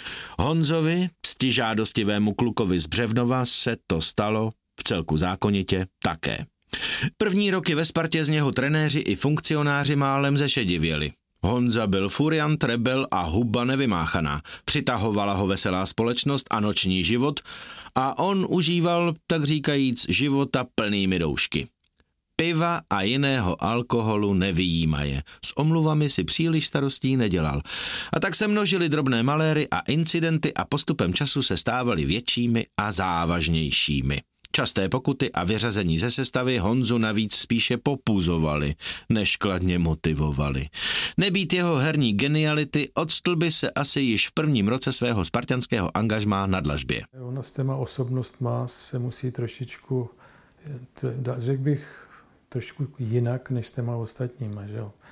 Honzovi, ctižádostivému klukovi z Břevnova, se to stalo vcelku zákonitě také. První roky ve Spartě z něho trenéři i funkcionáři málem zešedivěli. Honza byl furiant, rebel a huba nevymáchaná. Přitahovala ho veselá společnost a noční život a on užíval, tak říkajíc, života plnými doušky. Piva a jiného alkoholu nevyjímaje. S omluvami si příliš starostí nedělal. A tak se množily drobné maléry a incidenty a postupem času se stávaly většími a závažnějšími. Časté pokuty a vyřazení ze sestavy Honzu navíc spíše popuzovaly, než kladně motivovaly. Nebýt jeho herní geniality, odstl by se asi již v prvním roce svého spartanského angažmá na dlažbě.
Ono s těma osobnostma se musí trošičku, řekl bych, trošku jinak než s těma ostatníma. Že jo?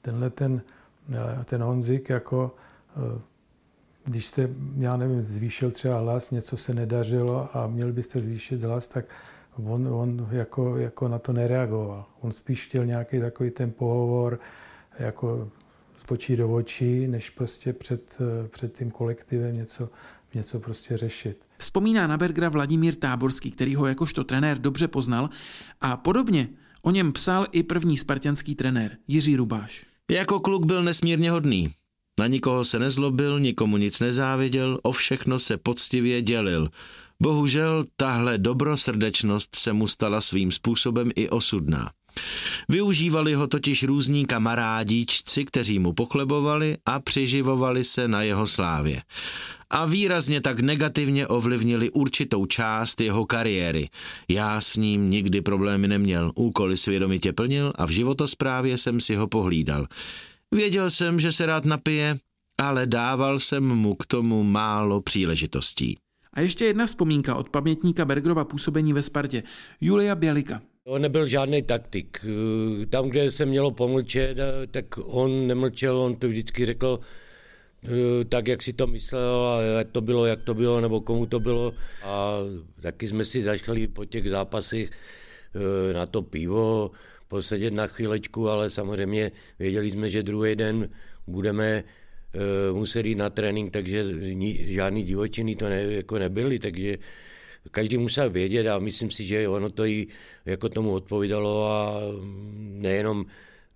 Ten Honzik jako... Když jste, já nevím, zvýšil třeba hlas, něco se nedařilo a měl byste zvýšit hlas, tak on jako na to nereagoval. On spíš chtěl nějaký takový ten pohovor jako z očí do očí, než prostě před tím kolektivem něco prostě řešit.
Vzpomíná na Bergera Vladimír Táborský, který ho jakožto trenér dobře poznal a podobně o něm psal i první spartanský trenér Jiří Rubáš.
Jako kluk byl nesmírně hodný. Na nikoho se nezlobil, nikomu nic nezáviděl, o všechno se poctivě dělil. Bohužel tahle dobrosrdečnost se mu stala svým způsobem i osudná. Využívali ho totiž různí kamarádíčci, kteří mu pochlebovali a přiživovali se na jeho slávě. A výrazně tak negativně ovlivnili určitou část jeho kariéry. Já s ním nikdy problémy neměl, úkoly svědomitě plnil a v životosprávě jsem si ho pohlídal. Věděl jsem, že se rád napije, ale dával jsem mu k tomu málo příležitostí.
A ještě jedna vzpomínka od pamětníka Bergerova působení ve Spartě, Julia Bělika.
On nebyl žádný taktik. Tam, kde se mělo pomlčet, tak on nemlčel, on to vždycky řekl tak, jak si to myslel a jak to bylo, nebo komu to bylo. A taky jsme si zašli po těch zápasech na to pivo, posedět na chvílečku, ale samozřejmě věděli jsme, že druhý den budeme muset jít na trénink, takže žádný divočiny to nebyly, takže každý musel vědět a myslím si, že ono to i jako tomu odpovídalo a nejenom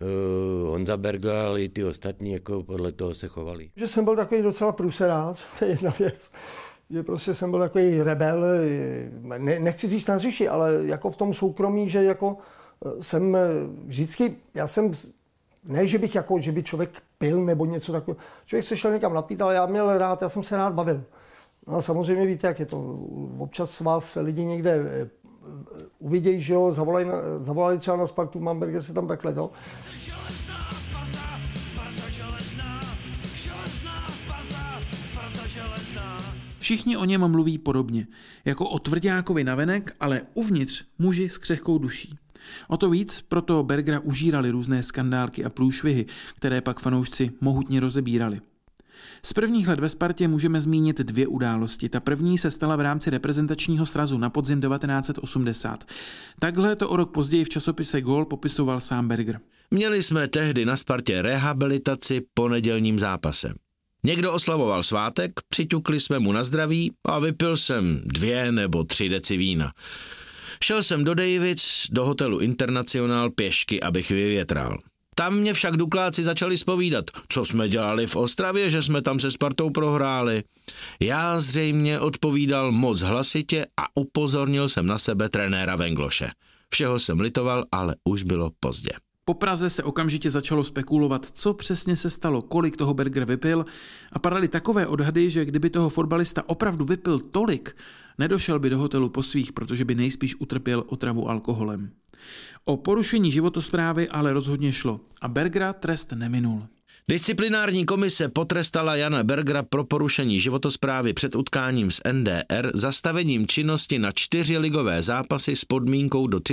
Honza Berger, ale i ty ostatní jako podle toho se chovali.
Že jsem byl takový docela průseráč, to je jedna věc. Že prostě jsem byl takový rebel, nechci říct na řeši, ale jako v tom soukromí, že jako jsem vždycky, ne, že by člověk pil nebo něco takového. Člověk se šel někam napít, ale já jsem se rád bavil. No a samozřejmě víte, jak je to. Občas vás lidi někde uvidějí, že jo, zavolali třeba na Spartu, Bamberger se tam takhle, no.
Všichni o něm mluví podobně, jako o tvrďákovi navenek, ale uvnitř muži s křehkou duší. O to víc proto Bergera užírali různé skandálky a průšvihy, které pak fanoušci mohutně rozebírali. Z prvních let ve Spartě můžeme zmínit 2 události. Ta první se stala v rámci reprezentačního srazu na podzim 1980. Takhle to o rok později v časopise Gól popisoval sám Berger.
Měli jsme tehdy na Spartě rehabilitaci po nedělním zápase. Někdo oslavoval svátek, přiťukli jsme mu na zdraví a vypil jsem 2 nebo 3 deci vína. Šel jsem do Davids, do hotelu Internacional pěšky, abych vyvětral. Tam mě však Dukláci začali zpovídat, co jsme dělali v Ostravě, že jsme tam se Spartou prohráli. Já zřejmě odpovídal moc hlasitě a upozornil jsem na sebe trenéra Vengloše. Všeho jsem litoval, ale už bylo pozdě.
Po Praze se okamžitě začalo spekulovat, co přesně se stalo, kolik toho Berger vypil a padaly takové odhady, že kdyby toho fotbalista opravdu vypil tolik, nedošel by do hotelu po svých, protože by nejspíš utrpěl otravu alkoholem. O porušení životosprávy ale rozhodně šlo a Bergera trest neminul.
Disciplinární komise potrestala Jana Bergera pro porušení životosprávy před utkáním s NDR zastavením činnosti na 4 ligové zápasy s podmínkou do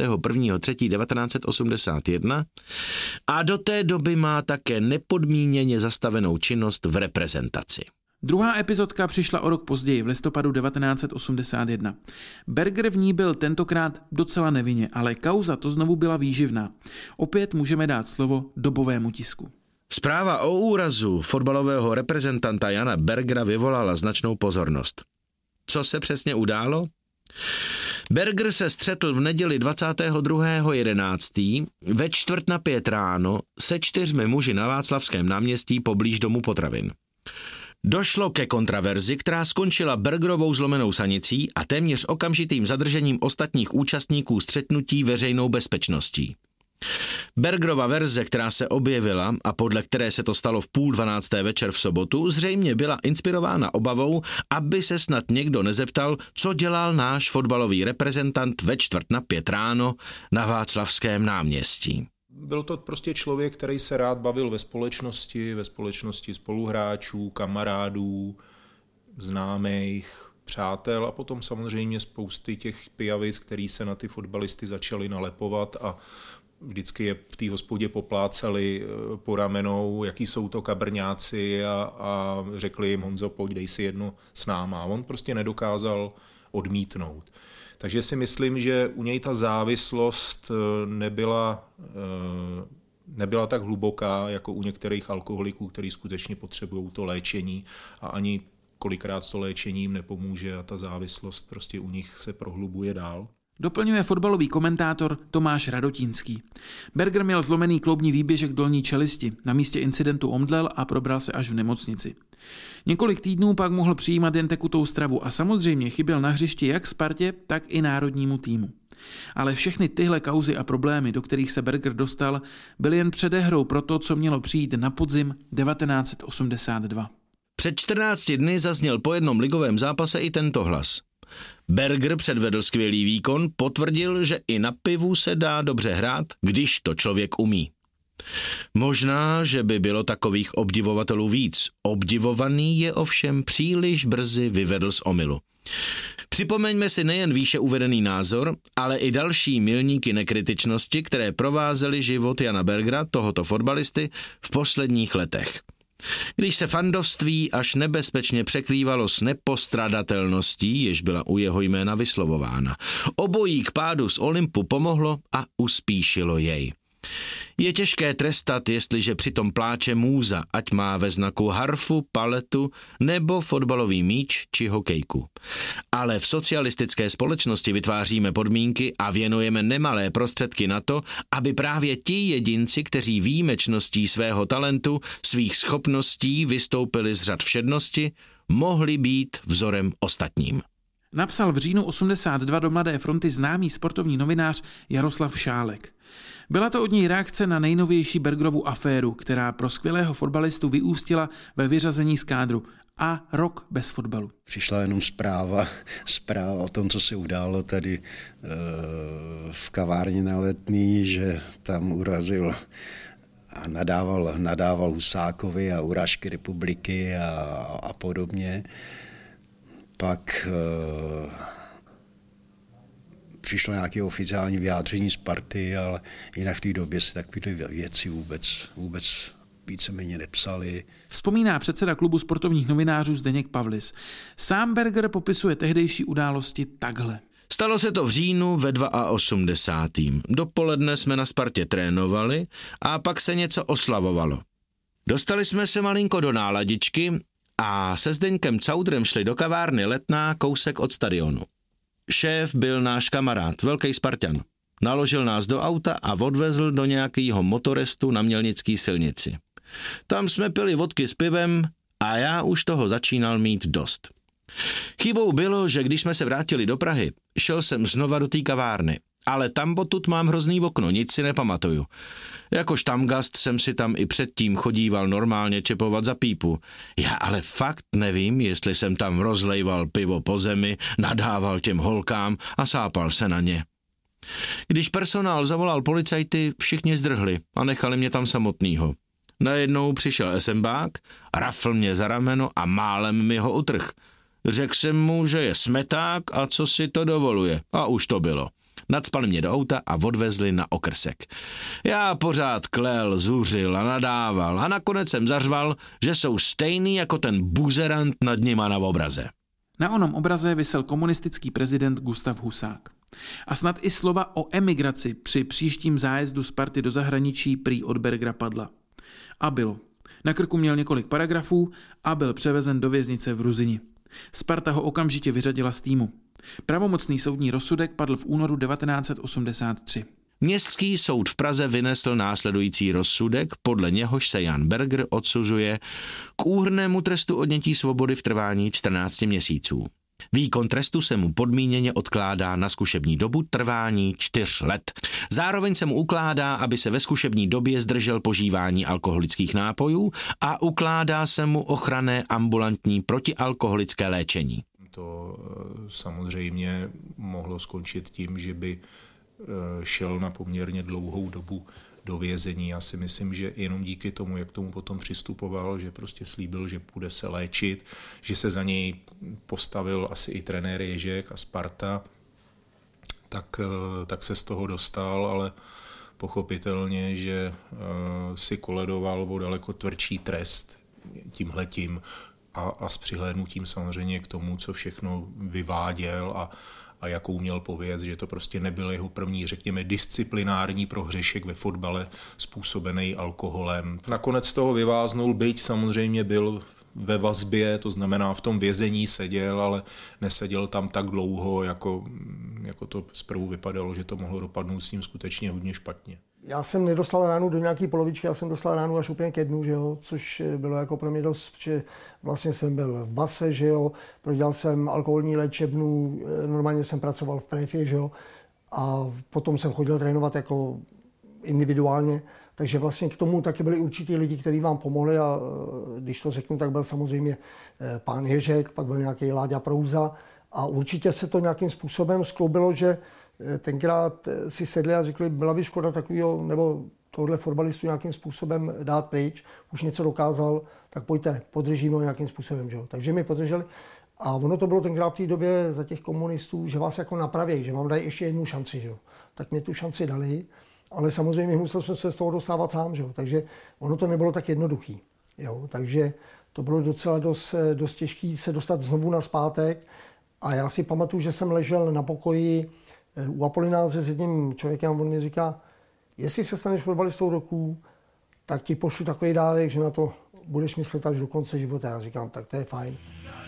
31.3.1981 a do té doby má také nepodmíněně zastavenou činnost v reprezentaci.
Druhá epizodka přišla o rok později, v listopadu 1981. Berger v ní byl tentokrát docela nevinně, ale kauza to znovu byla výživná. Opět můžeme dát slovo dobovému tisku.
Zpráva o úrazu fotbalového reprezentanta Jana Bergera vyvolala značnou pozornost. Co se přesně událo? Berger se střetl v neděli 22.11. ve 4:45 ráno se 4 muži na Václavském náměstí poblíž Domu potravin. Došlo ke kontraverzi, která skončila Bergerovou zlomenou sanicí a téměř okamžitým zadržením ostatních účastníků střetnutí veřejnou bezpečností. Bergerova verze, která se objevila a podle které se to stalo v 11:30 večer v sobotu, zřejmě byla inspirována obavou, aby se snad někdo nezeptal, co dělal náš fotbalový reprezentant ve 4:45 ráno na Václavském náměstí.
Byl to prostě člověk, který se rád bavil ve společnosti spoluhráčů, kamarádů, známých, přátel a potom samozřejmě spousty těch pijavic, který se na ty fotbalisty začali nalepovat a vždycky je v té hospodě poplácali po ramenou, jaký jsou to kabrňáci a řekli jim: Honzo, pojď, dej si jedno s náma. A on prostě nedokázal odmítnout. Takže si myslím, že u něj ta závislost nebyla tak hluboká, jako u některých alkoholiků, kteří skutečně potřebují to léčení a ani kolikrát to léčení jim nepomůže a ta závislost prostě u nich se prohlubuje dál.
Doplňuje fotbalový komentátor Tomáš Radotínský. Berger měl zlomený kloubní výběžek dolní čelisti, na místě incidentu omdlel a probral se až v nemocnici. Několik týdnů pak mohl přijímat jen tekutou stravu a samozřejmě chyběl na hřišti jak Spartě, tak i národnímu týmu. Ale všechny tyhle kauzy a problémy, do kterých se Berger dostal, byly jen předehrou pro to, co mělo přijít na podzim 1982.
Před 14 dny zazněl po jednom ligovém zápase i tento hlas. Berger předvedl skvělý výkon, potvrdil, že i na pivu se dá dobře hrát, když to člověk umí. Možná, že by bylo takových obdivovatelů víc. Obdivovaný je ovšem příliš brzy vyvedl z omylu. Připomeňme si nejen výše uvedený názor, ale i další milníky nekritičnosti, které provázely život Jana Bergera, tohoto fotbalisty, v posledních letech. Když se fandovství až nebezpečně překrývalo s nepostradatelností, jež byla u jeho jména vyslovována. Obojí k pádu z Olympu pomohlo a uspíšilo jej. Je těžké trestat, jestliže přitom pláče můza, ať má ve znaku harfu, paletu nebo fotbalový míč či hokejku. Ale v socialistické společnosti vytváříme podmínky a věnujeme nemalé prostředky na to, aby právě ti jedinci, kteří výjimečností svého talentu, svých schopností vystoupili z řad všednosti, mohli být vzorem ostatním.
Napsal v říjnu 82 do Mladé fronty známý sportovní novinář Jaroslav Šálek. Byla to od něj reakce na nejnovější Bergerovu aféru, která pro skvělého fotbalistu vyústila ve vyřazení z kádru a rok bez fotbalu.
Přišla jenom zpráva o tom, co se událo tady v kavárně na Letný, že tam urazil a nadával Husákovi a urážky republiky a podobně. Pak přišlo nějaké oficiální vyjádření Sparty, ale jinak v té době se takové věci vůbec víceméně nepsaly.
Vzpomíná předseda klubu sportovních novinářů Zdeněk Pavlis. Sám Berger popisuje tehdejší události takhle.
Stalo se to v říjnu ve 82. Dopoledne jsme na Spartě trénovali a pak se něco oslavovalo. Dostali jsme se malinko do náladičky a se Zdeňkem Caudrem šli do kavárny Letná kousek od stadionu. Šéf byl náš kamarád, velký Spartan. Naložil nás do auta a odvezl do nějakého motorestu na Mělnický silnici. Tam jsme pili vodky s pivem a já už toho začínal mít dost. Chybou bylo, že když jsme se vrátili do Prahy, šel jsem znova do té kavárny, ale tam potud mám hrozný okno, nic si nepamatuju. Jako štamgast jsem si tam i předtím chodíval normálně čepovat za pípu. Já ale fakt nevím, jestli jsem tam rozlejval pivo po zemi, nadával těm holkám a sápal se na ně. Když personál zavolal policajty, všichni zdrhli a nechali mě tam samotnýho. Najednou přišel SMBák, rafl mě za rameno a málem mi ho utrhl. Řekl jsem mu, že je smeták a co si to dovoluje. A už to bylo. Nacpali mě do auta a odvezli na okrsek. Já pořád klel, zuřil a nadával a nakonec jsem zařval, že jsou stejný jako ten buzerant nad nima na obraze.
Na onom obraze visel komunistický prezident Gustav Husák. A snad i slova o emigraci při příštím zájezdu Sparty do zahraničí prý od Bergera padla. A bylo. Na krku měl několik paragrafů a byl převezen do věznice v Ruzini. Sparta ho okamžitě vyřadila z týmu. Pravomocný soudní rozsudek padl v únoru 1983.
Městský soud v Praze vynesl následující rozsudek, podle něhož se Jan Berger odsuzuje k úhrnnému trestu odnětí svobody v trvání 14 měsíců. Výkon trestu se mu podmíněně odkládá na zkušební dobu trvání 4 let. Zároveň se mu ukládá, aby se ve zkušební době zdržel požívání alkoholických nápojů a ukládá se mu ochranné ambulantní protialkoholické léčení.
To samozřejmě mohlo skončit tím, že by šel na poměrně dlouhou dobu do vězení. Já si myslím, že jenom díky tomu, jak tomu potom přistupoval, že prostě slíbil, že půjde se léčit, že se za něj postavil asi i trenér Ježek a Sparta, tak se z toho dostal, ale pochopitelně, že si koledoval o daleko tvrdší trest tímhletím a s přihlédnutím samozřejmě k tomu, co všechno vyváděl a jakou měl pověst, že to prostě nebyl jeho první, řekněme, disciplinární prohřešek ve fotbale způsobený alkoholem. Nakonec toho vyváznul, byť samozřejmě byl ve vazbě, to znamená v tom vězení seděl, ale neseděl tam tak dlouho, jako to zprvu vypadalo, že to mohlo dopadnout s ním skutečně hodně špatně.
Já jsem nedostal ránu do nějaké polovičky, já jsem dostal ránu až úplně ke dnu, že jo, což bylo jako pro mě dost, že vlastně jsem byl v base, že jo, prodělal jsem alkoholní léčebnu, normálně jsem pracoval v Préfě, že jo, a potom jsem chodil trénovat jako individuálně, takže vlastně k tomu taky byli určitý lidi, kteří vám pomohli a když to řeknu, tak byl samozřejmě pán Ježek, pak byl nějaký Láďa Prouza a určitě se to nějakým způsobem skloubilo, že tenkrát si sedli a řekli, byla by škoda takového, nebo tohle fotbalistu nějakým způsobem dát pryč, už něco dokázal, tak pojďte, podržíme ho nějakým způsobem. Že? Takže mi podrželi a ono to bylo tenkrát v té době za těch komunistů, že vás jako napraví, že vám dají ještě jednu šanci. Že? Tak mi tu šanci dali, ale samozřejmě musel jsem se z toho dostávat sám, že? Takže ono to nebylo tak jednoduchý. Jo? Takže to bylo docela dost těžké se dostat znovu nazpátek a já si pamatuju, že jsem ležel na pokoji u Apolináře s jedním člověkem a on mi říká, jestli se staneš fotbalistou roku, tak ti pošlu takový dárek, že na to budeš myslet až do konce života. Já říkám, tak to je fajn.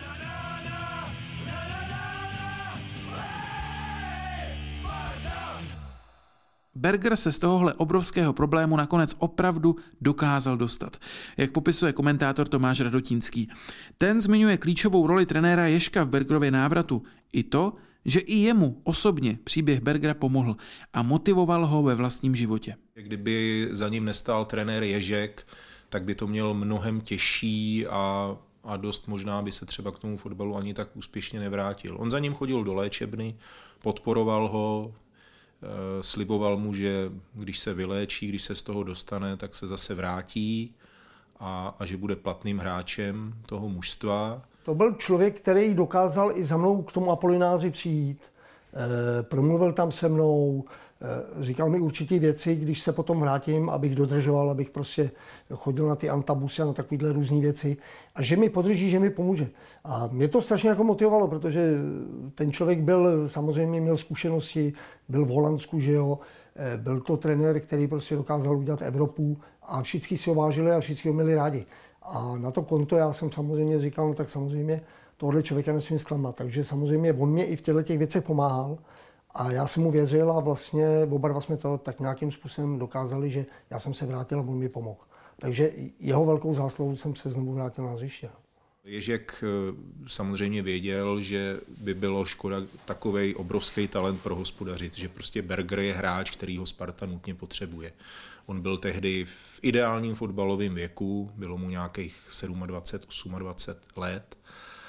Berger se z tohohle obrovského problému nakonec opravdu dokázal dostat. Jak popisuje komentátor Tomáš Radotínský. Ten zmiňuje klíčovou roli trenéra Ježka v Bergerově návratu. I to, že i jemu osobně příběh Bergera pomohl a motivoval ho ve vlastním životě.
Kdyby za ním nestál trenér Ježek, tak by to měl mnohem těžší a dost možná by se třeba k tomu fotbalu ani tak úspěšně nevrátil. On za ním chodil do léčebny, podporoval ho, sliboval mu, že když se vyléčí, když se z toho dostane, tak se zase vrátí a že bude platným hráčem toho mužstva.
To byl člověk, který dokázal i za mnou k tomu Apolináři přijít. Promluvil tam se mnou, říkal mi určitý věci, když se potom vrátím, abych dodržoval, abych prostě chodil na ty antabusy a na takovéhle různé věci. A že mi podrží, že mi pomůže. A mě to strašně jako motivovalo, protože ten člověk byl, samozřejmě měl zkušenosti, byl v Holandsku, že jo, byl to trenér, který prostě dokázal udělat Evropu a všichni si ho vážili a všichni ho měli rádi. A na to konto já jsem samozřejmě říkal, no tak samozřejmě tohle člověka nesmím zklamat. Takže samozřejmě on mě i v těchto těch věcech pomáhal a já jsem mu věřil a vlastně oba dva jsme to tak nějakým způsobem dokázali, že já jsem se vrátil a on mi pomohl. Takže jeho velkou zásluhou jsem se znovu vrátil na hřiště.
Ježek samozřejmě věděl, že by bylo škoda takovej obrovský talent prohospodařit, že prostě Berger je hráč, který ho Sparta nutně potřebuje. On byl tehdy v ideálním fotbalovém věku, bylo mu nějakých 27, 28 let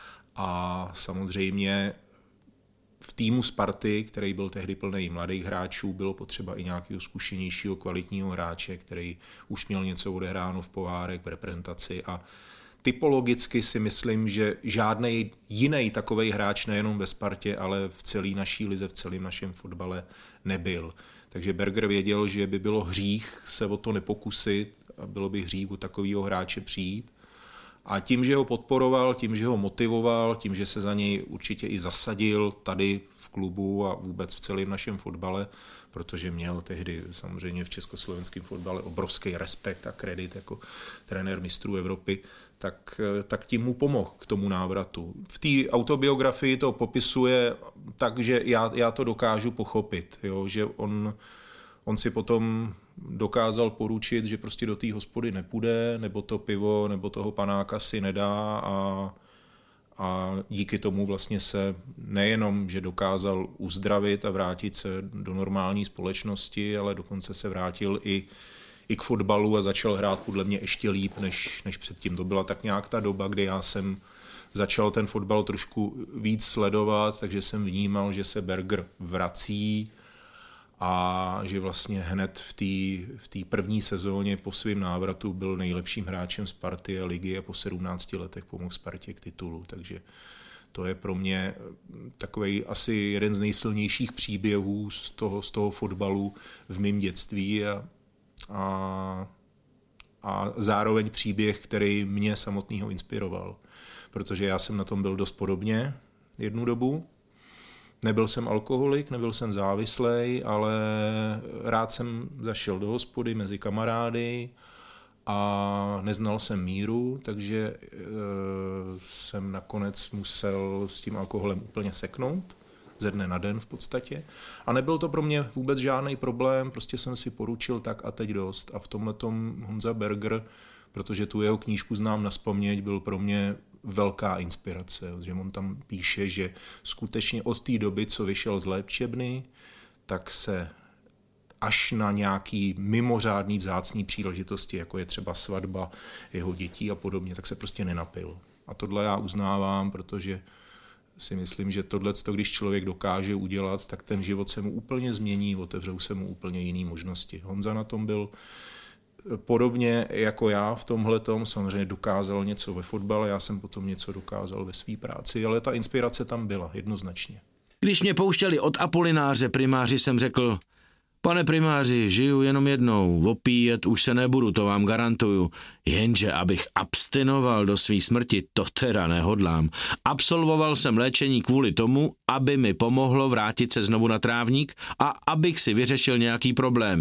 a samozřejmě v týmu Sparty, který byl tehdy plný mladých hráčů, bylo potřeba i nějakého zkušenějšího kvalitního hráče, který už měl něco odehráno v pohárech, v reprezentaci a typologicky si myslím, že žádný jiný takovej hráč nejenom ve Spartě, ale v celé naší lize, v celém našem fotbale nebyl. Takže Berger věděl, že by bylo hřích se o to nepokusit a bylo by hřích u takového hráče přijít. A tím, že ho podporoval, tím, že ho motivoval, tím, že se za něj určitě i zasadil tady v klubu a vůbec v celém našem fotbale, protože měl tehdy samozřejmě v československém fotbale obrovský respekt a kredit jako trenér mistrů Evropy, tak tím mu pomohl k tomu návratu. V té autobiografii to popisuje tak, že já to dokážu pochopit, jo, že on si potom dokázal poručit, že prostě do té hospody nepůjde, nebo to pivo, nebo toho panáka si nedá a díky tomu vlastně se nejenom, že dokázal uzdravit a vrátit se do normální společnosti, ale dokonce se vrátil i k fotbalu a začal hrát podle mě ještě líp než předtím. To byla tak nějak ta doba, kdy já jsem začal ten fotbal trošku víc sledovat, takže jsem vnímal, že se Berger vrací a že vlastně hned v té první sezóně po svém návratu byl nejlepším hráčem Sparty a ligy a po 17 letech pomohl Spartě k titulu. Takže to je pro mě takový asi jeden z nejsilnějších příběhů z toho fotbalu v mém dětství a zároveň příběh, který mě samotného inspiroval. Protože já jsem na tom byl dost podobně jednu dobu. Nebyl jsem alkoholik, nebyl jsem závislej, ale rád jsem zašel do hospody mezi kamarády a neznal jsem míru, takže jsem nakonec musel s tím alkoholem úplně seknout, ze dne na den v podstatě. A nebyl to pro mě vůbec žádný problém, prostě jsem si poručil tak a teď dost. A v tomhletom Honza Berger, protože tu jeho knížku znám nazpaměť, byl pro mě velká inspirace, že on tam píše, že skutečně od té doby, co vyšel z léčebny, tak se až na nějaký mimořádný vzácný příležitosti, jako je třeba svatba jeho dětí a podobně, tak se prostě nenapil. A tohle já uznávám, protože si myslím, že tohle, když člověk dokáže udělat, tak ten život se mu úplně změní, otevřou se mu úplně jiné možnosti. Honza na tom byl podobně jako já v tomhletom, samozřejmě dokázal něco ve fotbale, já jsem potom něco dokázal ve své práci, ale ta inspirace tam byla jednoznačně.
Když mě pouštěli od Apolináře primáři, jsem řekl: pane primáři, žiju jenom jednou, opíjet už se nebudu, to vám garantuju. Jenže abych abstinoval do svý smrti, to teda nehodlám. Absolvoval jsem léčení kvůli tomu, aby mi pomohlo vrátit se znovu na trávník a abych si vyřešil nějaký problémy.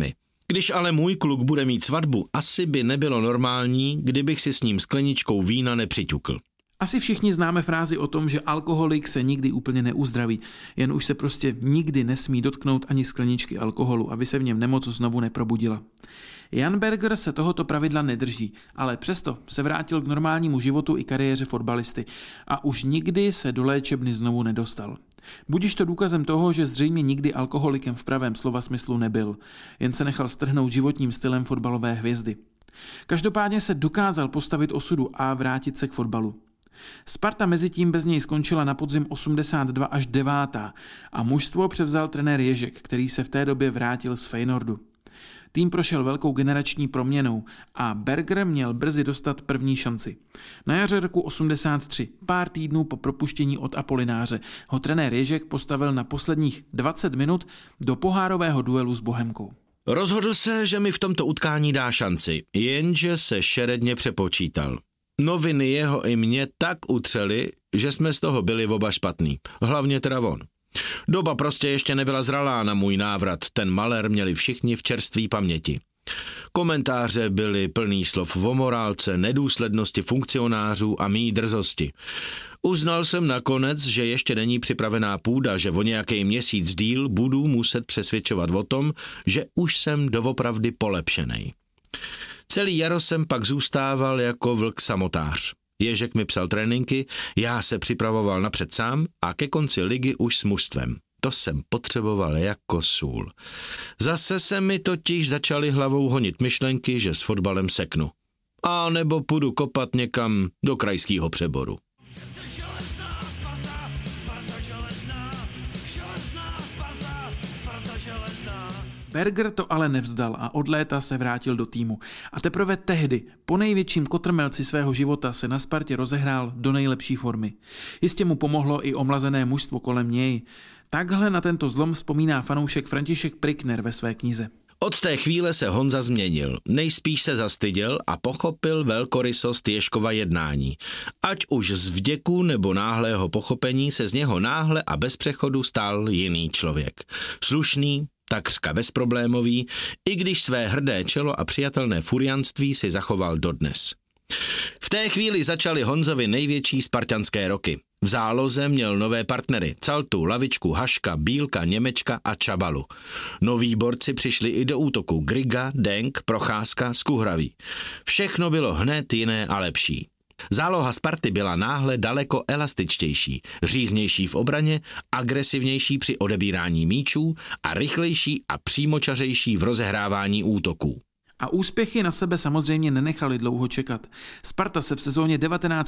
Když ale můj kluk bude mít svatbu, asi by nebylo normální, kdybych si s ním skleničkou vína nepřiťukl.
Asi všichni známe frázi o tom, že alkoholik se nikdy úplně neuzdraví, jen už se prostě nikdy nesmí dotknout ani skleničky alkoholu, aby se v něm nemoc znovu neprobudila. Jan Berger se tohoto pravidla nedrží, ale přesto se vrátil k normálnímu životu i kariéře fotbalisty a už nikdy se do léčebny znovu nedostal. Budiž to důkazem toho, že zřejmě nikdy alkoholikem v pravém slova smyslu nebyl, jen se nechal strhnout životním stylem fotbalové hvězdy. Každopádně se dokázal postavit osudu a vrátit se k fotbalu. Sparta mezitím bez něj skončila na podzim 82 až 9. a mužstvo převzal trenér Ježek, který se v té době vrátil z Feyenoordu. Tým prošel velkou generační proměnou a Berger měl brzy dostat první šanci. Na jaře roku 83, pár týdnů po propuštění od Apolináře, ho trenér Ježek postavil na posledních 20 minut do pohárového duelu s Bohemkou.
Rozhodl se, že mi v tomto utkání dá šanci, jenže se šeredně přepočítal. Noviny jeho i mě tak utřely, že jsme z toho byli oba špatný. Hlavně teda on. Doba prostě ještě nebyla zralá na můj návrat, ten malér měli všichni v čerstvé paměti. Komentáře byly plný slov o morálce, nedůslednosti funkcionářů a mý drzosti. Uznal jsem nakonec, že ještě není připravená půda, že o nějaký měsíc díl budu muset přesvědčovat o tom, že už jsem doopravdy polepšenej. Celý jaro jsem pak zůstával jako vlk samotář. Ježek mi psal tréninky, já se připravoval napřed sám a ke konci ligy už s mužstvem. To jsem potřeboval jako sůl. Zase se mi totiž začaly hlavou honit myšlenky, že s fotbalem seknu. A nebo půjdu kopat někam do krajského přeboru.
Berger to ale nevzdal a od léta se vrátil do týmu. A teprve tehdy, po největším kotrmelci svého života, se na Spartě rozehrál do nejlepší formy. Jistě mu pomohlo i omlazené mužstvo kolem něj. Takhle na tento zlom vzpomíná fanoušek František Prikner ve své knize.
Od té chvíle se Honza změnil, nejspíš se zastyděl a pochopil velkorysost Ježkova jednání. Ať už z vděku nebo náhlého pochopení se z něho náhle a bez přechodu stal jiný člověk. Slušný, takřka bezproblémový, i když své hrdé čelo a přijatelné furianství si zachoval dodnes. V té chvíli začaly Honzovi největší spartanské roky. V záloze měl nové partnery Caltu, Lavičku, Haška, Bílka, Němečka a Čabalu. Noví borci přišli i do útoku Griga, Denk, Procházka, Skuhravý. Všechno bylo hned jiné a lepší. Záloha Sparty byla náhle daleko elastičtější, říznější v obraně, agresivnější při odebírání míčů a rychlejší a přímočařejší v rozehrávání útoků.
A úspěchy na sebe samozřejmě nenechali dlouho čekat. Sparta se v sezóně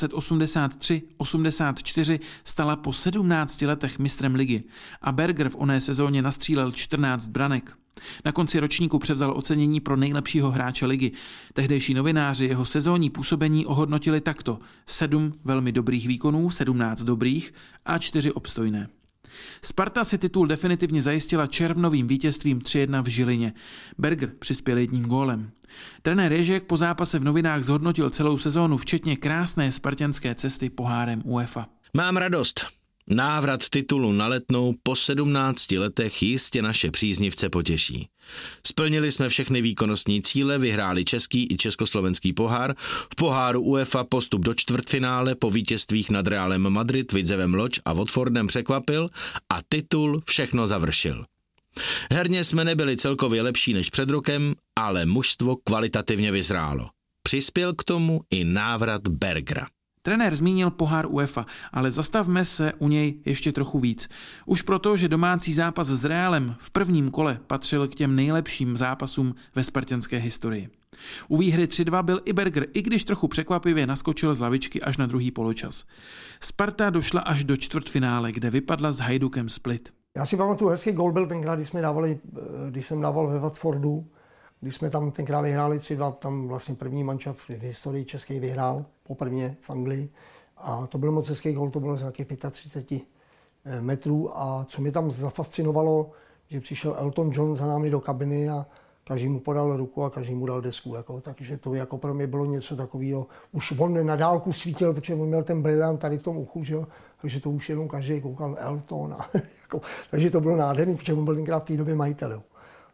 1983-84 stala po 17 letech mistrem ligy a Berger v oné sezóně nastřílel 14 branek. Na konci ročníku převzal ocenění pro nejlepšího hráče ligy. Tehdejší novináři jeho sezónní působení ohodnotili takto: 7 velmi dobrých výkonů, 17 dobrých a 4 obstojné. Sparta si titul definitivně zajistila červnovým vítězstvím 3-1 v Žilině. Berger přispěl 1 gólem. Trenér Ježek po zápase v novinách zhodnotil celou sezónu, včetně krásné spartanské cesty pohárem UEFA.
Mám radost. Návrat titulu na Letnou po 17 letech jistě naše příznivce potěší. Splnili jsme všechny výkonnostní cíle, vyhráli český i československý pohár, v poháru UEFA postup do čtvrtfinále po vítězstvích nad Realem Madrid, Vidzevem Lodž a Watfordem překvapil a titul všechno završil. Herně jsme nebyli celkově lepší než před rokem, ale mužstvo kvalitativně vyzrálo. Přispěl k tomu i návrat Bergera.
Trenér zmínil pohár UEFA, ale zastavme se u něj ještě trochu víc. Už proto, že domácí zápas s Realem v prvním kole patřil k těm nejlepším zápasům ve spartanské historii. U výhry 3-2 byl i Berger, i když trochu překvapivě naskočil z lavičky až na druhý poločas. Sparta došla až do čtvrtfinále, kde vypadla s Hajdukem Split.
Já si pamatuju, hezký gól byl tenkrát, když jsem dával ve Watfordu, když jsme tam tenkrát vyhráli 3-2, tam vlastně první mančaft v historii český vyhrál, poprvé v Anglii. A to byl moc hezký gól, to bylo z nějakých 35 metrů. A co mě tam zafascinovalo, že přišel Elton John za námi do kabiny a každý mu podal ruku a každý mu dal desku. Takže to jako pro mě bylo něco takového. Už on na dálku svítil, protože on měl ten briljant tady v tom uchu, že jo? Takže to už jenom každý koukal Elton. Takže to bylo nádherný, protože on byl tenkrát v té době majitel. Jo.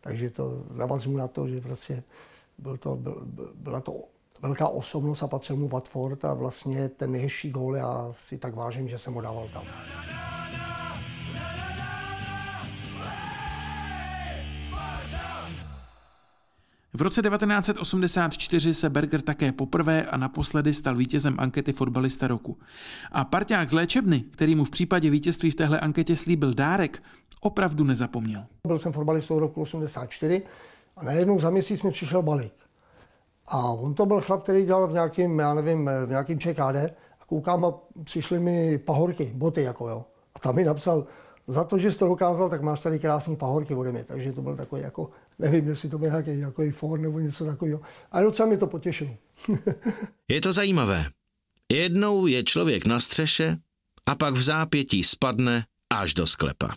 Takže to navazuju na to, že prostě byla to velká osobnost a patřil mu Watford a vlastně ten nejhezčí gól já si tak vážím, že jsem ho dával tam.
V roce 1984 se Berger také poprvé a naposledy stal vítězem ankety Fotbalista roku. A parťák z léčebny, který mu v případě vítězství v téhle anketě slíbil dárek, opravdu nezapomněl.
Byl jsem fotbalistou roku 84 a najednou za měsíc mi přišel balík. A on to byl chlap, který dělal v nějakým ČKD a koukám a přišly mi pahorky, boty jako jo. A tam mi napsal, za to, že jsi to dokázal, tak máš tady krásný pahorky ode mě. Takže to byl takový jako, nevím, jestli to byl nějaký for nebo něco takového. Ale docela mi to potěšilo.
Je to zajímavé. Jednou je člověk na střeše a pak v zápětí spadne až do sklepa.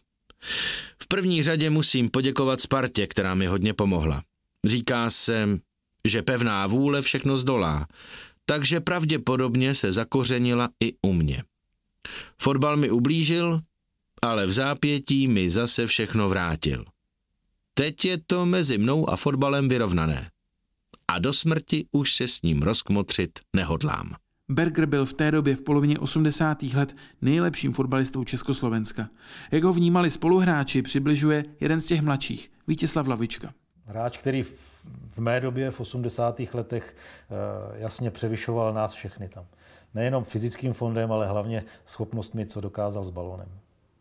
V první řadě musím poděkovat Spartě, která mi hodně pomohla. Říká se, že pevná vůle všechno zdolá, takže pravděpodobně se zakořenila i u mě. Fotbal mi ublížil, ale v zápětí mi zase všechno vrátil. Teď je to mezi mnou a fotbalem vyrovnané. A do smrti už se s ním rozkmotřit nehodlám.
Berger byl v té době v polovině 80. let nejlepším fotbalistou Československa. Jak ho vnímali spoluhráči, přibližuje jeden z těch mladších, Vítězslav Lavička.
Hráč, který v mé době v 80. letech jasně převyšoval nás všechny tam. Nejenom fyzickým fondem, ale hlavně schopnostmi, co dokázal s balónem.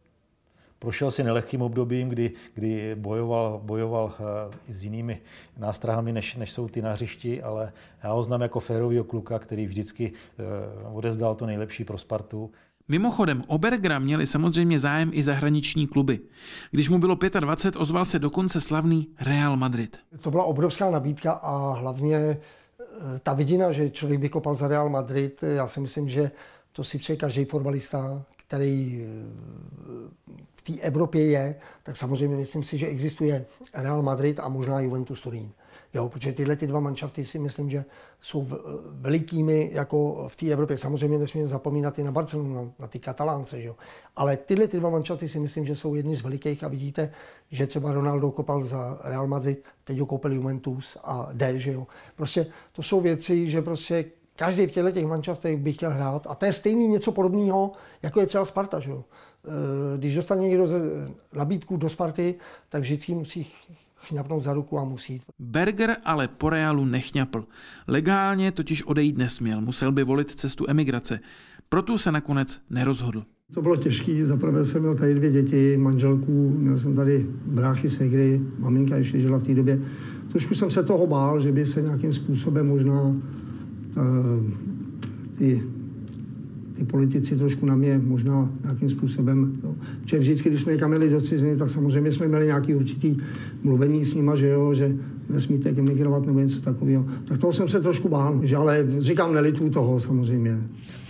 Prošel si nelehkým obdobím, kdy bojoval i s jinými nástrahami, než jsou ty na hřišti, ale já ho znám jako férovýho kluka, který vždycky odevzdal to nejlepší pro Spartu.
Mimochodem, o Bergera měli samozřejmě zájem i zahraniční kluby. Když mu bylo 25, ozval se dokonce slavný Real Madrid.
To byla obrovská nabídka a hlavně ta vidina, že člověk by kopal za Real Madrid, já si myslím, že to si přeje každý fotbalista, který v té Evropě je, tak samozřejmě myslím si, že existuje Real Madrid a možná Juventus Turín. Jo, protože tyhle ty dva manšafty si myslím, že jsou velikými jako v té Evropě. Samozřejmě nesmíme zapomínat i na Barcelonu, na ty Katalánce, že jo. Ale tyhle ty dva manšafty si myslím, že jsou jedni z velikých a vidíte, že třeba Ronaldo kopal za Real Madrid, teď ho koupil Juventus a jde, že jo. Prostě to jsou věci, že prostě každý v těchto manšaftech by chtěl hrát a to je stejný něco podobného, jako je třeba Sparta, že jo. Když dostane někdo nabídku do Sparty, tak vždycky musí chňapnout za ruku a musí.
Berger ale po Realu nechňapl. Legálně totiž odejít nesměl, musel by volit cestu emigrace. Proto se nakonec nerozhodl.
To bylo těžké, zaprvé jsem měl tady 2 děti, manželku, měl jsem tady bráchy, segry, maminka ještě žila v té době. Trošku jsem se toho bál, že by se nějakým způsobem možná ty politici trošku na mě možná nějakým způsobem, že vždycky, když jsme někam jeli do ciziny, tak samozřejmě jsme měli nějaký určitý mluvení s nima, že jo, že nesmíte emigrovat nebo něco takového. Tak toho jsem se trošku bál, že ale říkám, nelituju toho samozřejmě.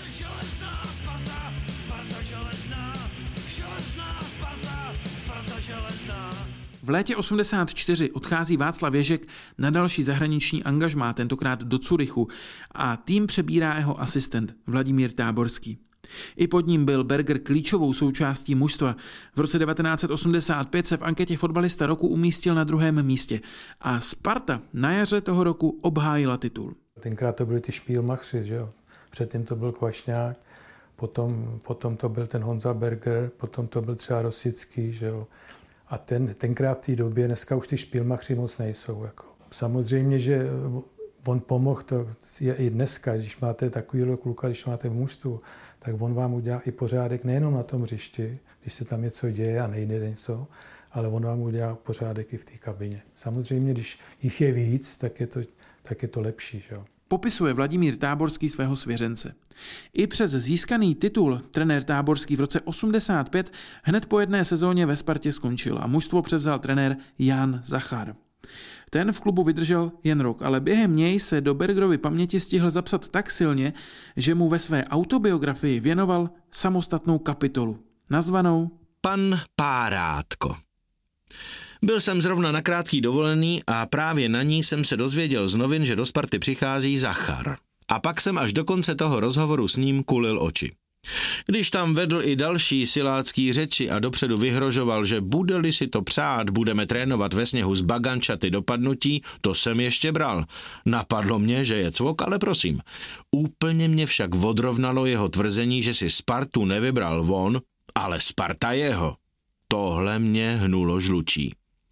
V létě 84 odchází Václav Ježek na další zahraniční angažmá, tentokrát do Curychu, a tým přebírá jeho asistent Vladimír Táborský. I pod ním byl Berger klíčovou součástí mužstva. V roce 1985 se v anketě Fotbalista roku umístil na 2. místě a Sparta na jaře toho roku obhájila titul.
Tenkrát to byly ty špílmachři, že jo. Předtím to byl Kvašňák, potom to byl ten Honza Berger, potom to byl třeba Rosický, že jo. A tenkrát v té době, dneska už ty špílmachři moc nejsou. Jako. Samozřejmě, že on pomohl, to je i dneska, když máte takovýhle kluka, když máte v mužstvu, tak on vám udělá i pořádek nejenom na tom hřišti, když se tam něco děje a nejde něco, ale on vám udělá pořádek i v té kabině. Samozřejmě, když jich je víc, tak je to lepší. Že?
Popisuje Vladimír Táborský svého svěřence. I přes získaný titul trenér Táborský v roce 85 hned po jedné sezóně ve Spartě skončil a mužstvo převzal trenér Jan Zachar. Ten v klubu vydržel jen rok, ale během něj se do Bergerovy paměti stihl zapsat tak silně, že mu ve své autobiografii věnoval samostatnou kapitolu, nazvanou
Pan Párátko. Byl jsem zrovna na krátký dovolený a právě na ní jsem se dozvěděl z novin, že do Sparty přichází Zachar. A pak jsem až do konce toho rozhovoru s ním kulil oči. Když tam vedl i další silácký řeči a dopředu vyhrožoval, že bude-li si to přát, budeme trénovat ve sněhu z bagančaty do padnutí, to jsem ještě bral. Napadlo mě, že je cvok, ale prosím. Úplně mě však odrovnalo jeho tvrzení, že si Spartu nevybral on, ale Sparta jeho. Tohle mě hnulo žlučí.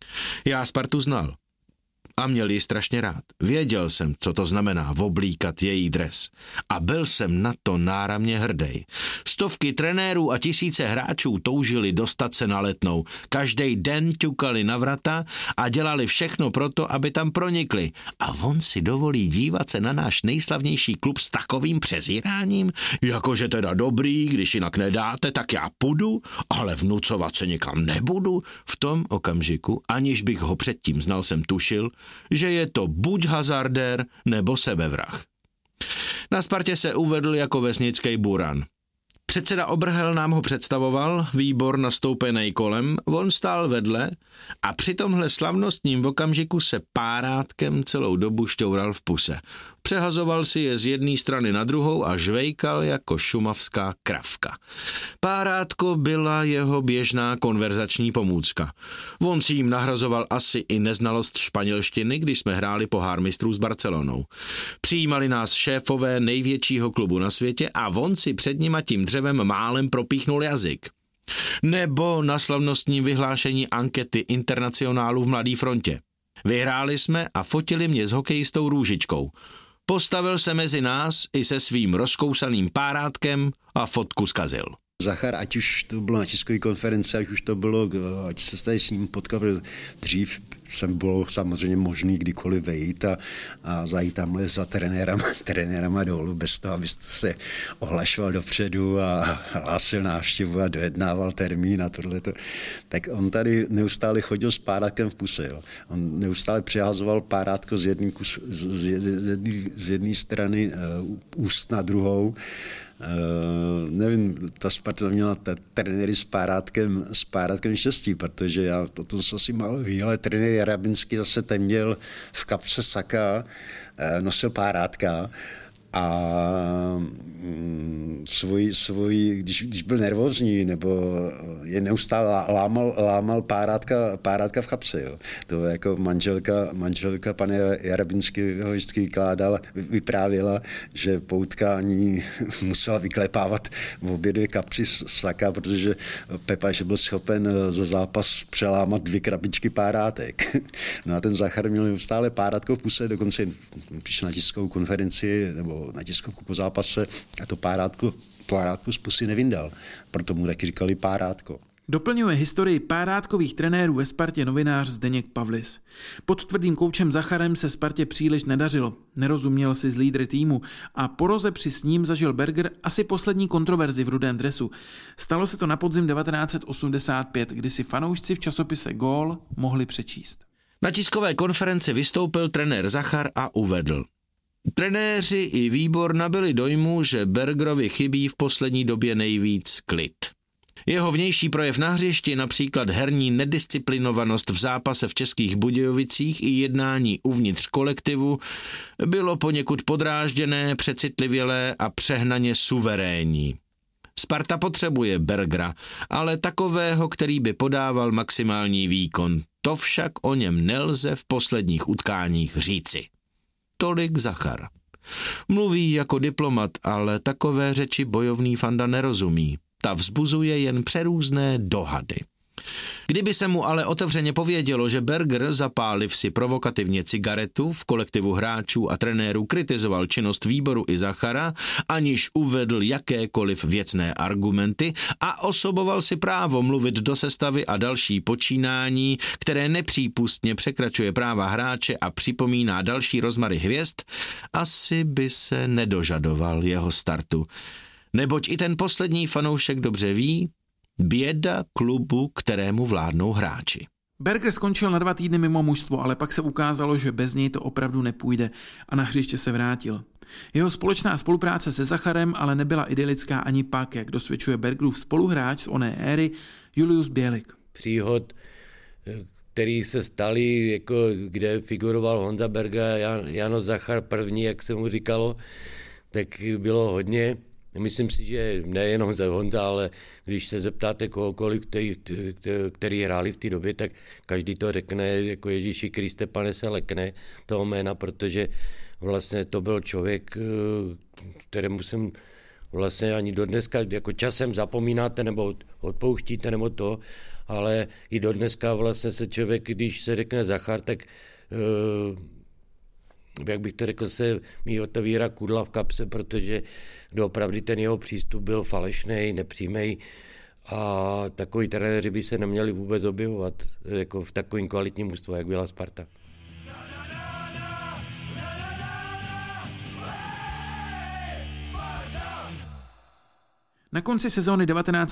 Já Spartu znal. A měl ji strašně rád. Věděl jsem, co to znamená oblíkat její dres. A byl jsem na to náramně hrdej. Stovky trenérů a tisíce hráčů toužili dostat se na Letnou. Každý den ťukali na vrata a dělali všechno proto, aby tam pronikli. A on si dovolí dívat se na náš nejslavnější klub s takovým přezíráním? Jakože teda dobrý, když jinak nedáte, tak já půjdu, ale vnucovat se nikam nebudu. V tom okamžiku, aniž bych ho předtím znal, jsem tušil, že je to buď hazardér nebo sebevrah. Na Spartě se uvedl jako vesnický buran. Předseda Obrhel nám ho představoval, výbor nastoupený kolem, on stál vedle a při tomhle slavnostním okamžiku se párátkem celou dobu šťoural v puse. Přehazoval si je z jedné strany na druhou a žvejkal jako šumavská kravka. Párátko byla jeho běžná konverzační pomůcka. On si jim nahrazoval asi i neznalost španělštiny, když jsme hráli pohár mistrů s Barcelonou. Přijímali nás šéfové největšího klubu na světě a on si před nima tím dřevem málem propíchnul jazyk. Nebo na slavnostním vyhlášení ankety Internacionálu v Mladé frontě. Vyhráli jsme a fotili mě s hokejistou Růžičkou. Postavil se mezi nás i se svým rozkousaným párátkem a fotku zkazil.
Zachar, ať už to bylo na tiskové konferenci, ať už to bylo, ať se tady s ním potkal, dřív jsem bylo samozřejmě možný kdykoliv vejít a zajít tamhle za trenérama dolů, bez toho, abyste se ohlašoval dopředu a hlásil návštěvu a dojednával termín a tohleto. Tak on tady neustále chodil s párátkem v puse. Jo. On neustále přihazoval párátko z jedné strany úst na druhou. Nevím, ta Sparta měla trenéry s párátkem štěstí, protože já to se asi málo ví, ale trenér Jarabinský zase ten měl v kapse saka, nosil párátka a když byl nervózní, nebo je neustále lámal párátka v kapse. Jo. To jako manželka pane Jarabinského vždycky vyprávěla, že poutkání musela vyklepávat v obě dvě kapsy saka, protože Pepa, že byl schopen za zápas přelámat 2 krabičky párátek. No a ten Zachar měl neustále párátko v puse, dokonce přišel na tiskovou konferenci nebo na tiskovku po zápase a to párátko z pusy nevyndal. Proto mu taky říkali párátko.
Doplňuje historii párátkových trenérů ve Spartě novinář Zdeněk Pavlis. Pod tvrdým koučem Zacharem se Spartě příliš nedařilo. Nerozuměl si s lídry týmu a po rozepři s ním zažil Berger asi poslední kontroverzi v rudém dresu. Stalo se to na podzim 1985, kdy si fanoušci v časopise Gól mohli přečíst.
Na tiskové konferenci vystoupil trenér Zachar a uvedl: trenéři i výbor nabyli dojmu, že Bergerovi chybí v poslední době nejvíc klid. Jeho vnější projev na hřišti, například herní nedisciplinovanost v zápase v Českých Budějovicích i jednání uvnitř kolektivu, bylo poněkud podrážděné, přecitlivělé a přehnaně suverénní. Sparta potřebuje Bergera, ale takového, který by podával maximální výkon. To však o něm nelze v posledních utkáních říci. Tolik Zachar. Mluví jako diplomat, ale takové řeči bojovný fanda nerozumí. Ta vzbuzuje jen přerůzné dohady. Kdyby se mu ale otevřeně povědělo, že Berger, zapáliv si provokativně cigaretu, v kolektivu hráčů a trenérů kritizoval činnost výboru i Zachara, aniž uvedl jakékoliv věcné argumenty a osoboval si právo mluvit do sestavy a další počínání, které nepřípustně překračuje práva hráče a připomíná další rozmary hvězd, asi by se nedožadoval jeho startu. Neboť i ten poslední fanoušek dobře ví, běda klubu, kterému vládnou hráči.
Berger skončil na 2 týdny mimo mužstvo, ale pak se ukázalo, že bez něj to opravdu nepůjde a na hřiště se vrátil. Jeho společná spolupráce se Zacharem ale nebyla idylická ani pak, jak dosvědčuje Bergerův spoluhráč z oné éry Julius Bělik.
Příhod, který se staly, jako kde figuroval Honza Berger a Jano Zachar první, jak se mu říkalo, tak bylo hodně. Myslím si, že nejenom ze Honza, ale když se zeptáte kohokoliv, který hráli v té době, tak každý to řekne, jako Ježíši Kriste, pane, se lekne toho jména, protože vlastně to byl člověk, kterému jsem vlastně ani do dneska jako časem zapomínáte nebo odpouštíte nebo to, ale i do dneska vlastně se člověk, když se řekne Zachar, tak jak bych to řekl, se mi otevírá kudla v kapse, protože doopravdy ten jeho přístup byl falešný, nepřímý a takový trenéři by se neměli vůbec objevovat jako v takovým kvalitním mužstvu, jak byla Sparta.
Na konci sezóny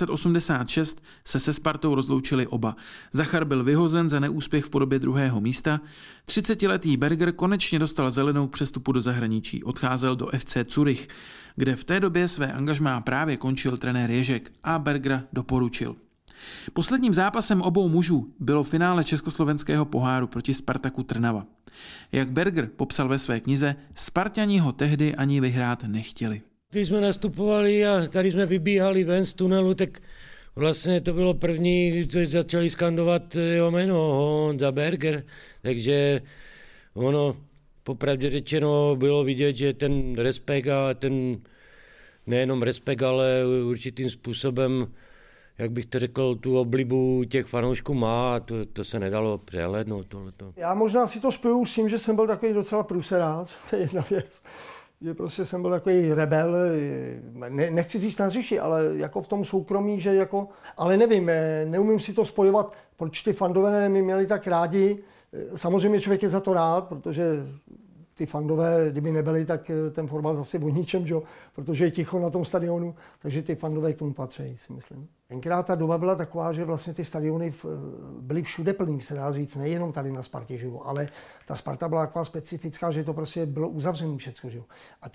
1986 se Spartou rozloučili oba. Zachar byl vyhozen za neúspěch v podobě 2. místa. 30letý Berger konečně dostal zelenou k přestupu do zahraničí. Odcházel do FC Zurich, kde v té době své angažmá právě končil trenér Ježek a Bergera doporučil. Posledním zápasem obou mužů bylo finále československého poháru proti Spartaku Trnava. Jak Berger popsal ve své knize, Sparťani ho tehdy ani vyhrát nechtěli.
Když jsme nastupovali a tady jsme vybíhali ven z tunelu, tak vlastně to bylo první, co začali skandovat jeho jméno, Honza Berger, takže ono popravdě řečeno bylo vidět, že ten respekt a ten nejenom respekt, ale určitým způsobem, jak bych to řekl, tu oblibu těch fanoušků má, to se nedalo přehlédnout tohleto.
Já možná si to spojuju s tím, že jsem byl takový docela průseráč, to je jedna věc. Že prostě jsem byl takový rebel, nechci říct na říši, ale jako v tom soukromí, že jako, ale nevím, neumím si to spojovat, proč ty fandové mi měli tak rádi. Samozřejmě člověk je za to rád, protože ty fandové, kdyby nebyli, tak ten fotbal zase o ničem, že? Protože je ticho na tom stadionu, takže ty fandové k tomu patří, si myslím. Tenkrát ta doba byla taková, že vlastně ty stadiony byly všude plný, se dá říct, nejenom tady na Spartě, že? Ale ta Sparta byla taková specifická, že to prostě bylo uzavřené všechno. Že? A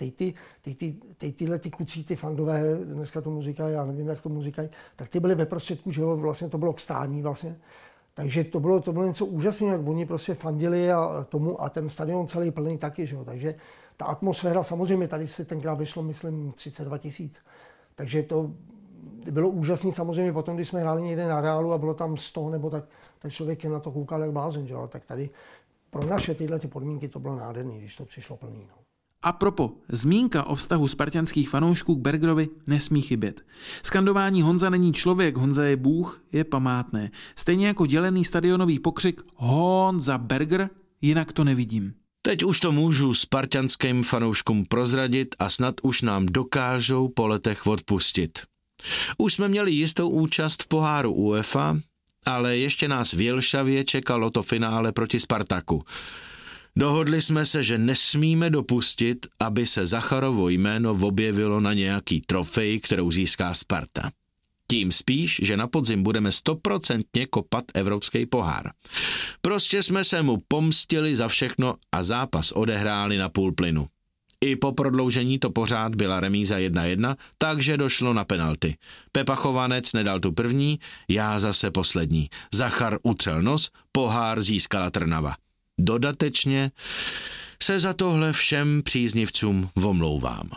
tyhle kucí, ty fandové, dneska tomu říkají, já nevím, jak tomu říkají, tak ty byly ve prostředku, že jo, vlastně to bylo k stání vlastně. Takže to bylo něco úžasného, jak oni prostě fandili a ten stadion celý plný taky, že jo. Takže ta atmosféra, samozřejmě tady se tenkrát vyšlo, myslím, 32 000. Takže to bylo úžasné, samozřejmě potom, když jsme hráli někde na Reálu a bylo tam 100 nebo tak člověk na to koukal jak blázen, že jo. Tak tady pro naše tyhle podmínky to bylo nádherné, když to přišlo plný. No.
A propo, zmínka o vztahu spartanských fanoušků k Bergerovi nesmí chybět. Skandování Honza není člověk, Honza je Bůh, je památné. Stejně jako dělený stadionový pokřik Honza Berger, jinak to nevidím.
Teď už to můžu spartanským fanouškům prozradit a snad už nám dokážou po letech odpustit. Už jsme měli jistou účast v poháru UEFA, ale ještě nás v Jelšavě čekalo to finále proti Spartaku. Dohodli jsme se, že nesmíme dopustit, aby se Zacharovo jméno objevilo na nějaký trofej, kterou získá Sparta. Tím spíš, že na podzim budeme 100% kopat evropský pohár. Prostě jsme se mu pomstili za všechno a zápas odehráli na půl plynu. I po prodloužení to pořád byla remíza 1-1, takže došlo na penalty. Pepa Chovanec nedal tu první, já zase poslední. Zachar utřel nos, pohár získala Trnava. Dodatečně se za tohle všem příznivcům omlouvám.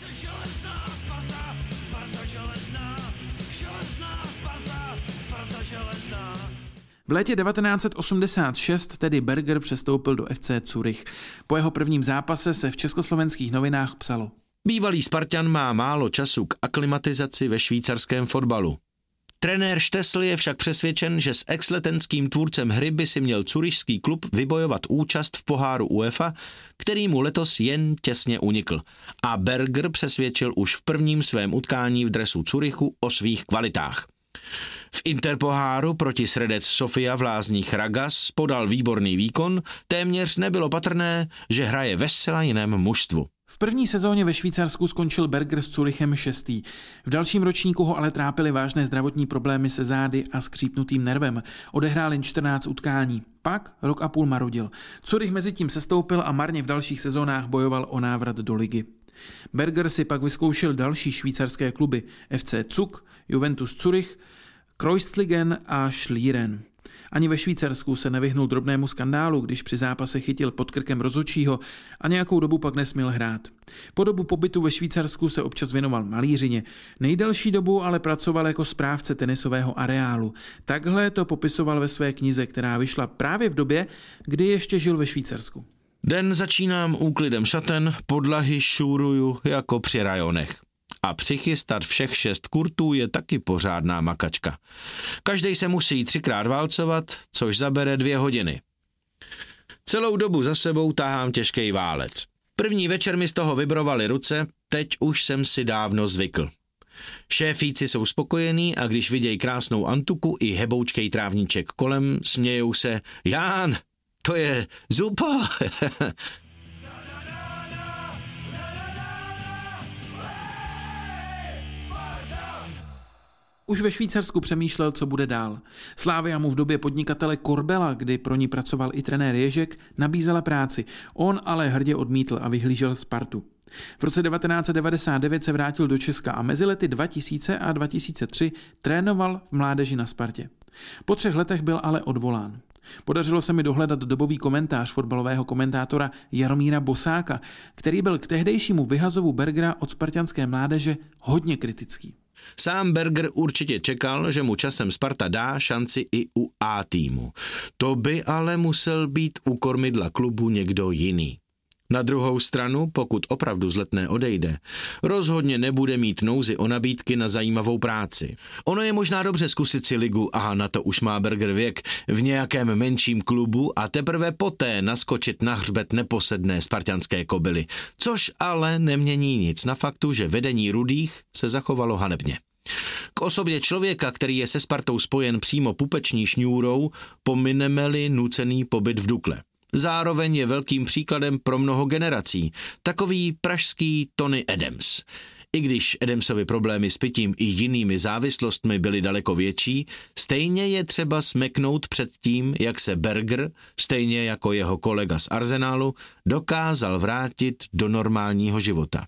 V létě 1986 tedy Berger přestoupil do FC Zurich. Po jeho prvním zápase se v československých novinách psalo:
Bývalý Spartan má málo času k aklimatizaci ve švýcarském fotbalu. Trenér Štesl je však přesvědčen, že s exletenským tvůrcem hry by si měl curyšský klub vybojovat účast v poháru UEFA, který mu letos jen těsně unikl. A Berger přesvědčil už v prvním svém utkání v dresu Curychu o svých kvalitách. V interpoháru proti Sredec Sofia v Lázních Ragas podal výborný výkon, téměř nebylo patrné, že hraje ve zcela jiném mužstvu.
V první sezóně ve Švýcarsku skončil Berger s Curychem 6. V dalším ročníku ho ale trápily vážné zdravotní problémy se zády a skřípnutým nervem. Odehrál jen 14 utkání. Pak rok a půl marodil. Zurich mezitím sestoupil a marně v dalších sezónách bojoval o návrat do ligy. Berger si pak vyzkoušel další švýcarské kluby: FC Zug, Juventus Zurich, Kreuzlingen a Schlieren. Ani ve Švýcarsku se nevyhnul drobnému skandálu, když při zápase chytil pod krkem rozhodčího a nějakou dobu pak nesměl hrát. Po dobu pobytu ve Švýcarsku se občas věnoval malířině. Nejdelší dobu ale pracoval jako správce tenisového areálu. Takhle to popisoval ve své knize, která vyšla právě v době, kdy ještě žil ve Švýcarsku.
Den začínám úklidem šaten, podlahy šúruju jako při rajonech. A přichystat všech 6 kurtů je taky pořádná makačka. Každej se musí 3krát válcovat, což zabere 2 hodiny. Celou dobu za sebou tahám těžký válec. První večer mi z toho vibrovaly ruce, teď už jsem si dávno zvykl. Šéfíci jsou spokojení a když vidějí krásnou antuku i heboučkej trávníček kolem, smějou se: Ján, to je zupa.
Už ve Švýcarsku přemýšlel, co bude dál. Slavia mu v době podnikatele Korbela, kdy pro ní pracoval i trenér Ježek, nabízela práci. On ale hrdě odmítl a vyhlížel Spartu. V roce 1999 se vrátil do Česka a mezi lety 2000 a 2003 trénoval v mládeži na Spartě. Po 3 letech byl ale odvolán. Podařilo se mi dohledat dobový komentář fotbalového komentátora Jaromíra Bosáka, který byl k tehdejšímu vyhazovu Bergera od spartanské mládeže hodně kritický.
Sám Berger určitě čekal, že mu časem Sparta dá šanci i u A týmu. To by ale musel být u kormidla klubu někdo jiný. Na druhou stranu, pokud opravdu z Letné odejde, rozhodně nebude mít nouzi o nabídky na zajímavou práci. Ono je možná dobře zkusit si ligu, a na to už má Berger věk, v nějakém menším klubu a teprve poté naskočit na hřbet neposedné spartanské kobily, což ale nemění nic na faktu, že vedení Rudých se zachovalo hanebně. K osobě člověka, který je se Spartou spojen přímo pupeční šňůrou, pomineme-li nucený pobyt v Dukle. Zároveň je velkým příkladem pro mnoho generací, takový pražský Tony Adams. I když Adamsovy problémy s pitím i jinými závislostmi byly daleko větší, stejně je třeba smeknout před tím, jak se Berger, stejně jako jeho kolega z Arsenalu, dokázal vrátit do normálního života.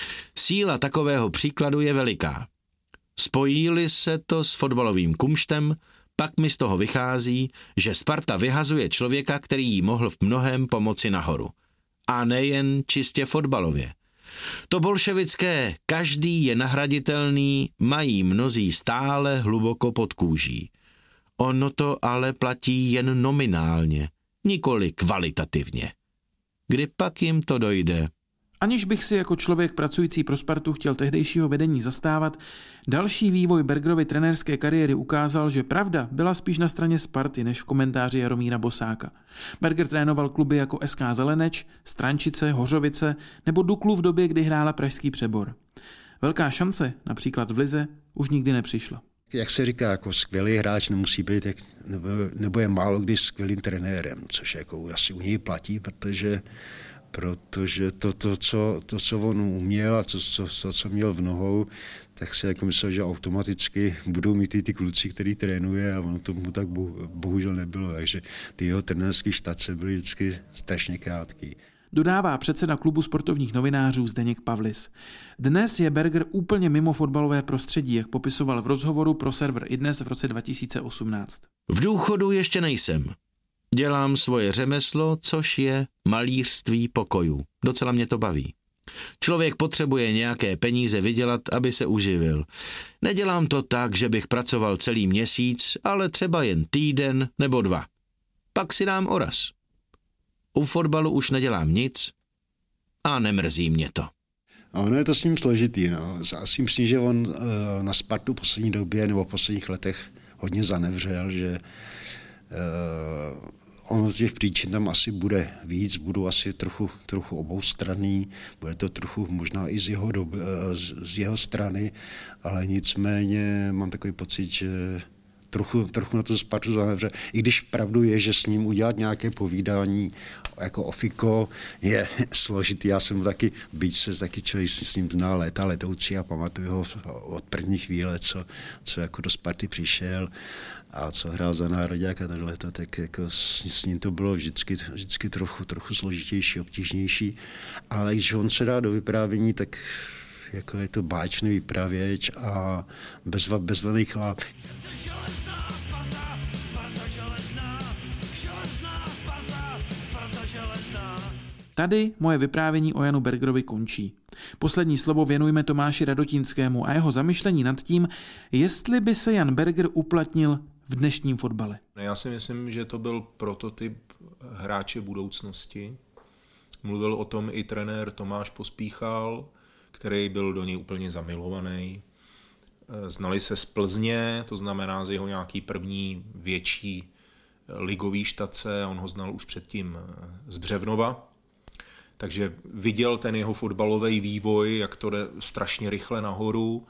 Síla takového příkladu je veliká. Spojí-li se to s fotbalovým kumštem, pak mi z toho vychází, že Sparta vyhazuje člověka, který jí mohl v mnohém pomoci nahoru. A nejen čistě fotbalově. To bolševické každý je nahraditelný mají mnozí stále hluboko pod kůží. Ono to ale platí jen nominálně, nikoli kvalitativně. Kdy pak jim to dojde?
Aniž bych si jako člověk pracující pro Spartu chtěl tehdejšího vedení zastávat, další vývoj Bergerovy trenérské kariéry ukázal, že pravda byla spíš na straně Sparty než v komentáři Jaromíra Bosáka. Berger trénoval kluby jako SK Zeleneč, Strančice, Hořovice nebo Duklu v době, kdy hrála Pražský Přebor. Velká šance, například v lize, už nikdy nepřišla.
Jak se říká, jako skvělý hráč nemusí být, nebo je málo kdy skvělým trenérem, což jako asi u něj platí, protože to, co on uměl a co měl v nohou, tak si jako myslel, že automaticky budou mít i ty kluci, který trénuje, a ono tomu tak bohužel nebylo, takže ty jeho trenérské štace byly vždycky strašně krátký.
Dodává předseda klubu sportovních novinářů Zdeněk Pavlis. Dnes je Berger úplně mimo fotbalové prostředí, jak popisoval v rozhovoru pro server iDnes v roce 2018.
V důchodu ještě nejsem. Dělám svoje řemeslo, což je malířství pokojů. Docela mě to baví. Člověk potřebuje nějaké peníze vydělat, aby se uživil. Nedělám to tak, že bych pracoval celý měsíc, ale třeba jen týden nebo 2. Pak si dám oraz. U fotbalu už nedělám nic a nemrzí mě to.
A ono je to s ním složitý. No. Asi myslím, že on na Spartu v poslední době nebo v posledních letech hodně zanevřel, že ono z těch příčin tam asi bude víc, budou asi trochu oboustranný, bude to trochu možná i z jeho strany, ale nicméně mám takový pocit, že trochu na to Spartu zanevře. I když pravdu je, že s ním udělat nějaké povídání jako ofiko je složitý. Já jsem taky, byť se taky člověk s ním znal léta letoucí a pamatuju ho od první chvíle, co jako do Sparty přišel a co hrál za nároďák a tohleto, tak jako s ním to bylo vždycky trochu složitější, obtížnější. Ale když on se dá do vyprávění, tak jako je to báječný vypravěč a bezvadný chlap.
Tady moje vyprávění o Janu Bergerovi končí. Poslední slovo věnujme Tomáši Radotínskému a jeho zamyšlení nad tím, jestli by se Jan Berger uplatnil v dnešním fotbale.
Já si myslím, že to byl prototyp hráče budoucnosti. Mluvil o tom i trenér Tomáš Pospíchal, který byl do něj úplně zamilovaný. Znali se z Plzně, to znamená z jeho nějaký první větší ligový štace, on ho znal už předtím z Břevnova. Takže viděl ten jeho fotbalový vývoj, jak to jde strašně rychle nahoru,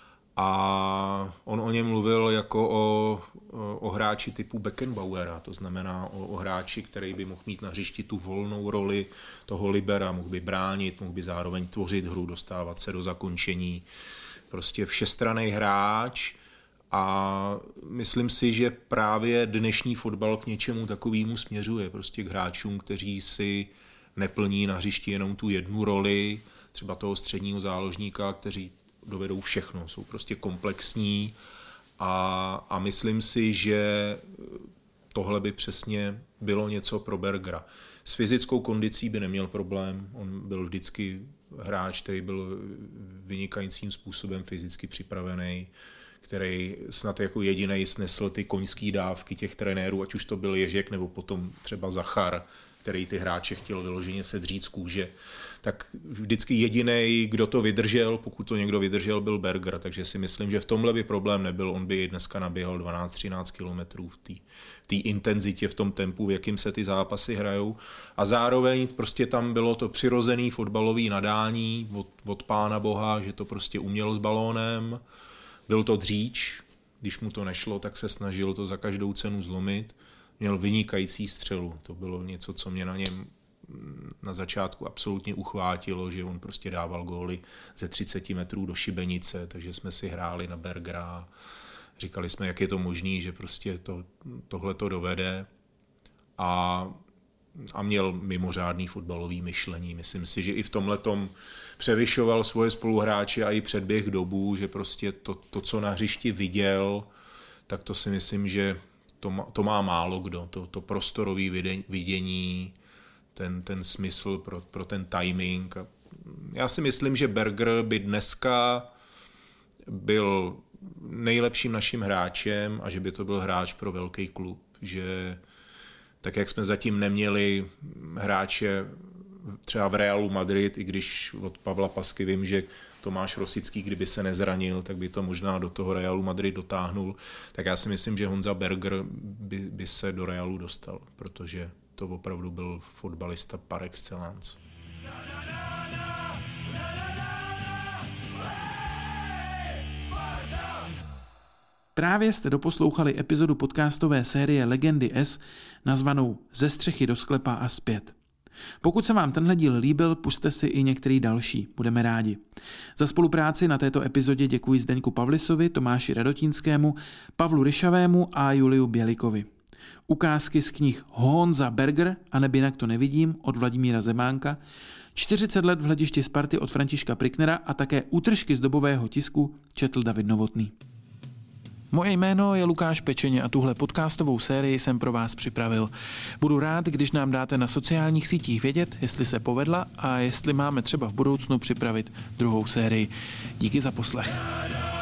a on o něm mluvil jako o hráči typu Beckenbauera, to znamená o hráči, který by mohl mít na hřišti tu volnou roli toho libera, mohl by bránit, mohl by zároveň tvořit hru, dostávat se do zakončení. Prostě všestranný hráč, a myslím si, že právě dnešní fotbal k něčemu takovému směřuje, prostě k hráčům, kteří si neplní na hřišti jenom tu jednu roli, třeba toho středního záložníka, kteří dovedou všechno, jsou prostě komplexní, a myslím si, že tohle by přesně bylo něco pro Bergera. S fyzickou kondicí by neměl problém, on byl vždycky hráč, který byl vynikajícím způsobem fyzicky připravený, který snad jako jedinej snesl ty koňský dávky těch trenérů, ať už to byl Ježek nebo potom třeba Zachar, který ty hráče chtěl vyloženě sedřít z kůže. Tak vždycky jedinej, kdo to vydržel, pokud to někdo vydržel, byl Berger, takže si myslím, že v tomhle by problém nebyl, on by dneska naběhal 12-13 kilometrů v té intenzitě, v tom tempu, v jakým se ty zápasy hrajou, a zároveň prostě tam bylo to přirozený fotbalový nadání od Pána Boha, že to prostě uměl s balónem, byl to dříč, když mu to nešlo, tak se snažil to za každou cenu zlomit, měl vynikající střelu, to bylo něco, co mě na něm na začátku absolutně uchvátilo, že on prostě dával góly ze 30 metrů do šibenice, takže jsme si hráli na Bergera, říkali jsme, jak je to možné, že prostě tohle to dovede, a měl mimořádný fotbalový myšlení. Myslím si, že i v tomhletom převyšoval svoje spoluhráče a i předběh dobu, že prostě to, co na hřišti viděl, tak to si myslím, že to má málo kdo, to prostorový vidění, ten smysl pro ten timing. Já si myslím, že Berger by dneska byl nejlepším naším hráčem a že by to byl hráč pro velký klub, že tak, jak jsme zatím neměli hráče třeba v Realu Madrid, i když od Pavla Pasky vím, že Tomáš Rosický, kdyby se nezranil, tak by to možná do toho Realu Madrid dotáhnul, tak já si myslím, že Honza Berger by se do Realu dostal, protože to opravdu byl fotbalista par excellence.
Právě jste doposlouchali epizodu podcastové série Legendy S nazvanou Ze střechy do sklepa a zpět. Pokud se vám tenhle díl líbil, pusťte si i některý další, budeme rádi. Za spolupráci na této epizodě děkuji Zdeňku Pavlisovi, Tomáši Radotínskému, Pavlu Ryšavému a Juliu Bělikovi. Ukázky z knih Honza Berger a Neb jinak to nevidím od Vladimíra Zemánka, 40 let v hledišti Sparty od Františka Priknera a také útržky z dobového tisku četl David Novotný. Moje jméno je Lukáš Pečeně a tuhle podcastovou sérii jsem pro vás připravil. Budu rád, když nám dáte na sociálních sítích vědět, jestli se povedla a jestli máme třeba v budoucnu připravit druhou sérii. Díky za poslech.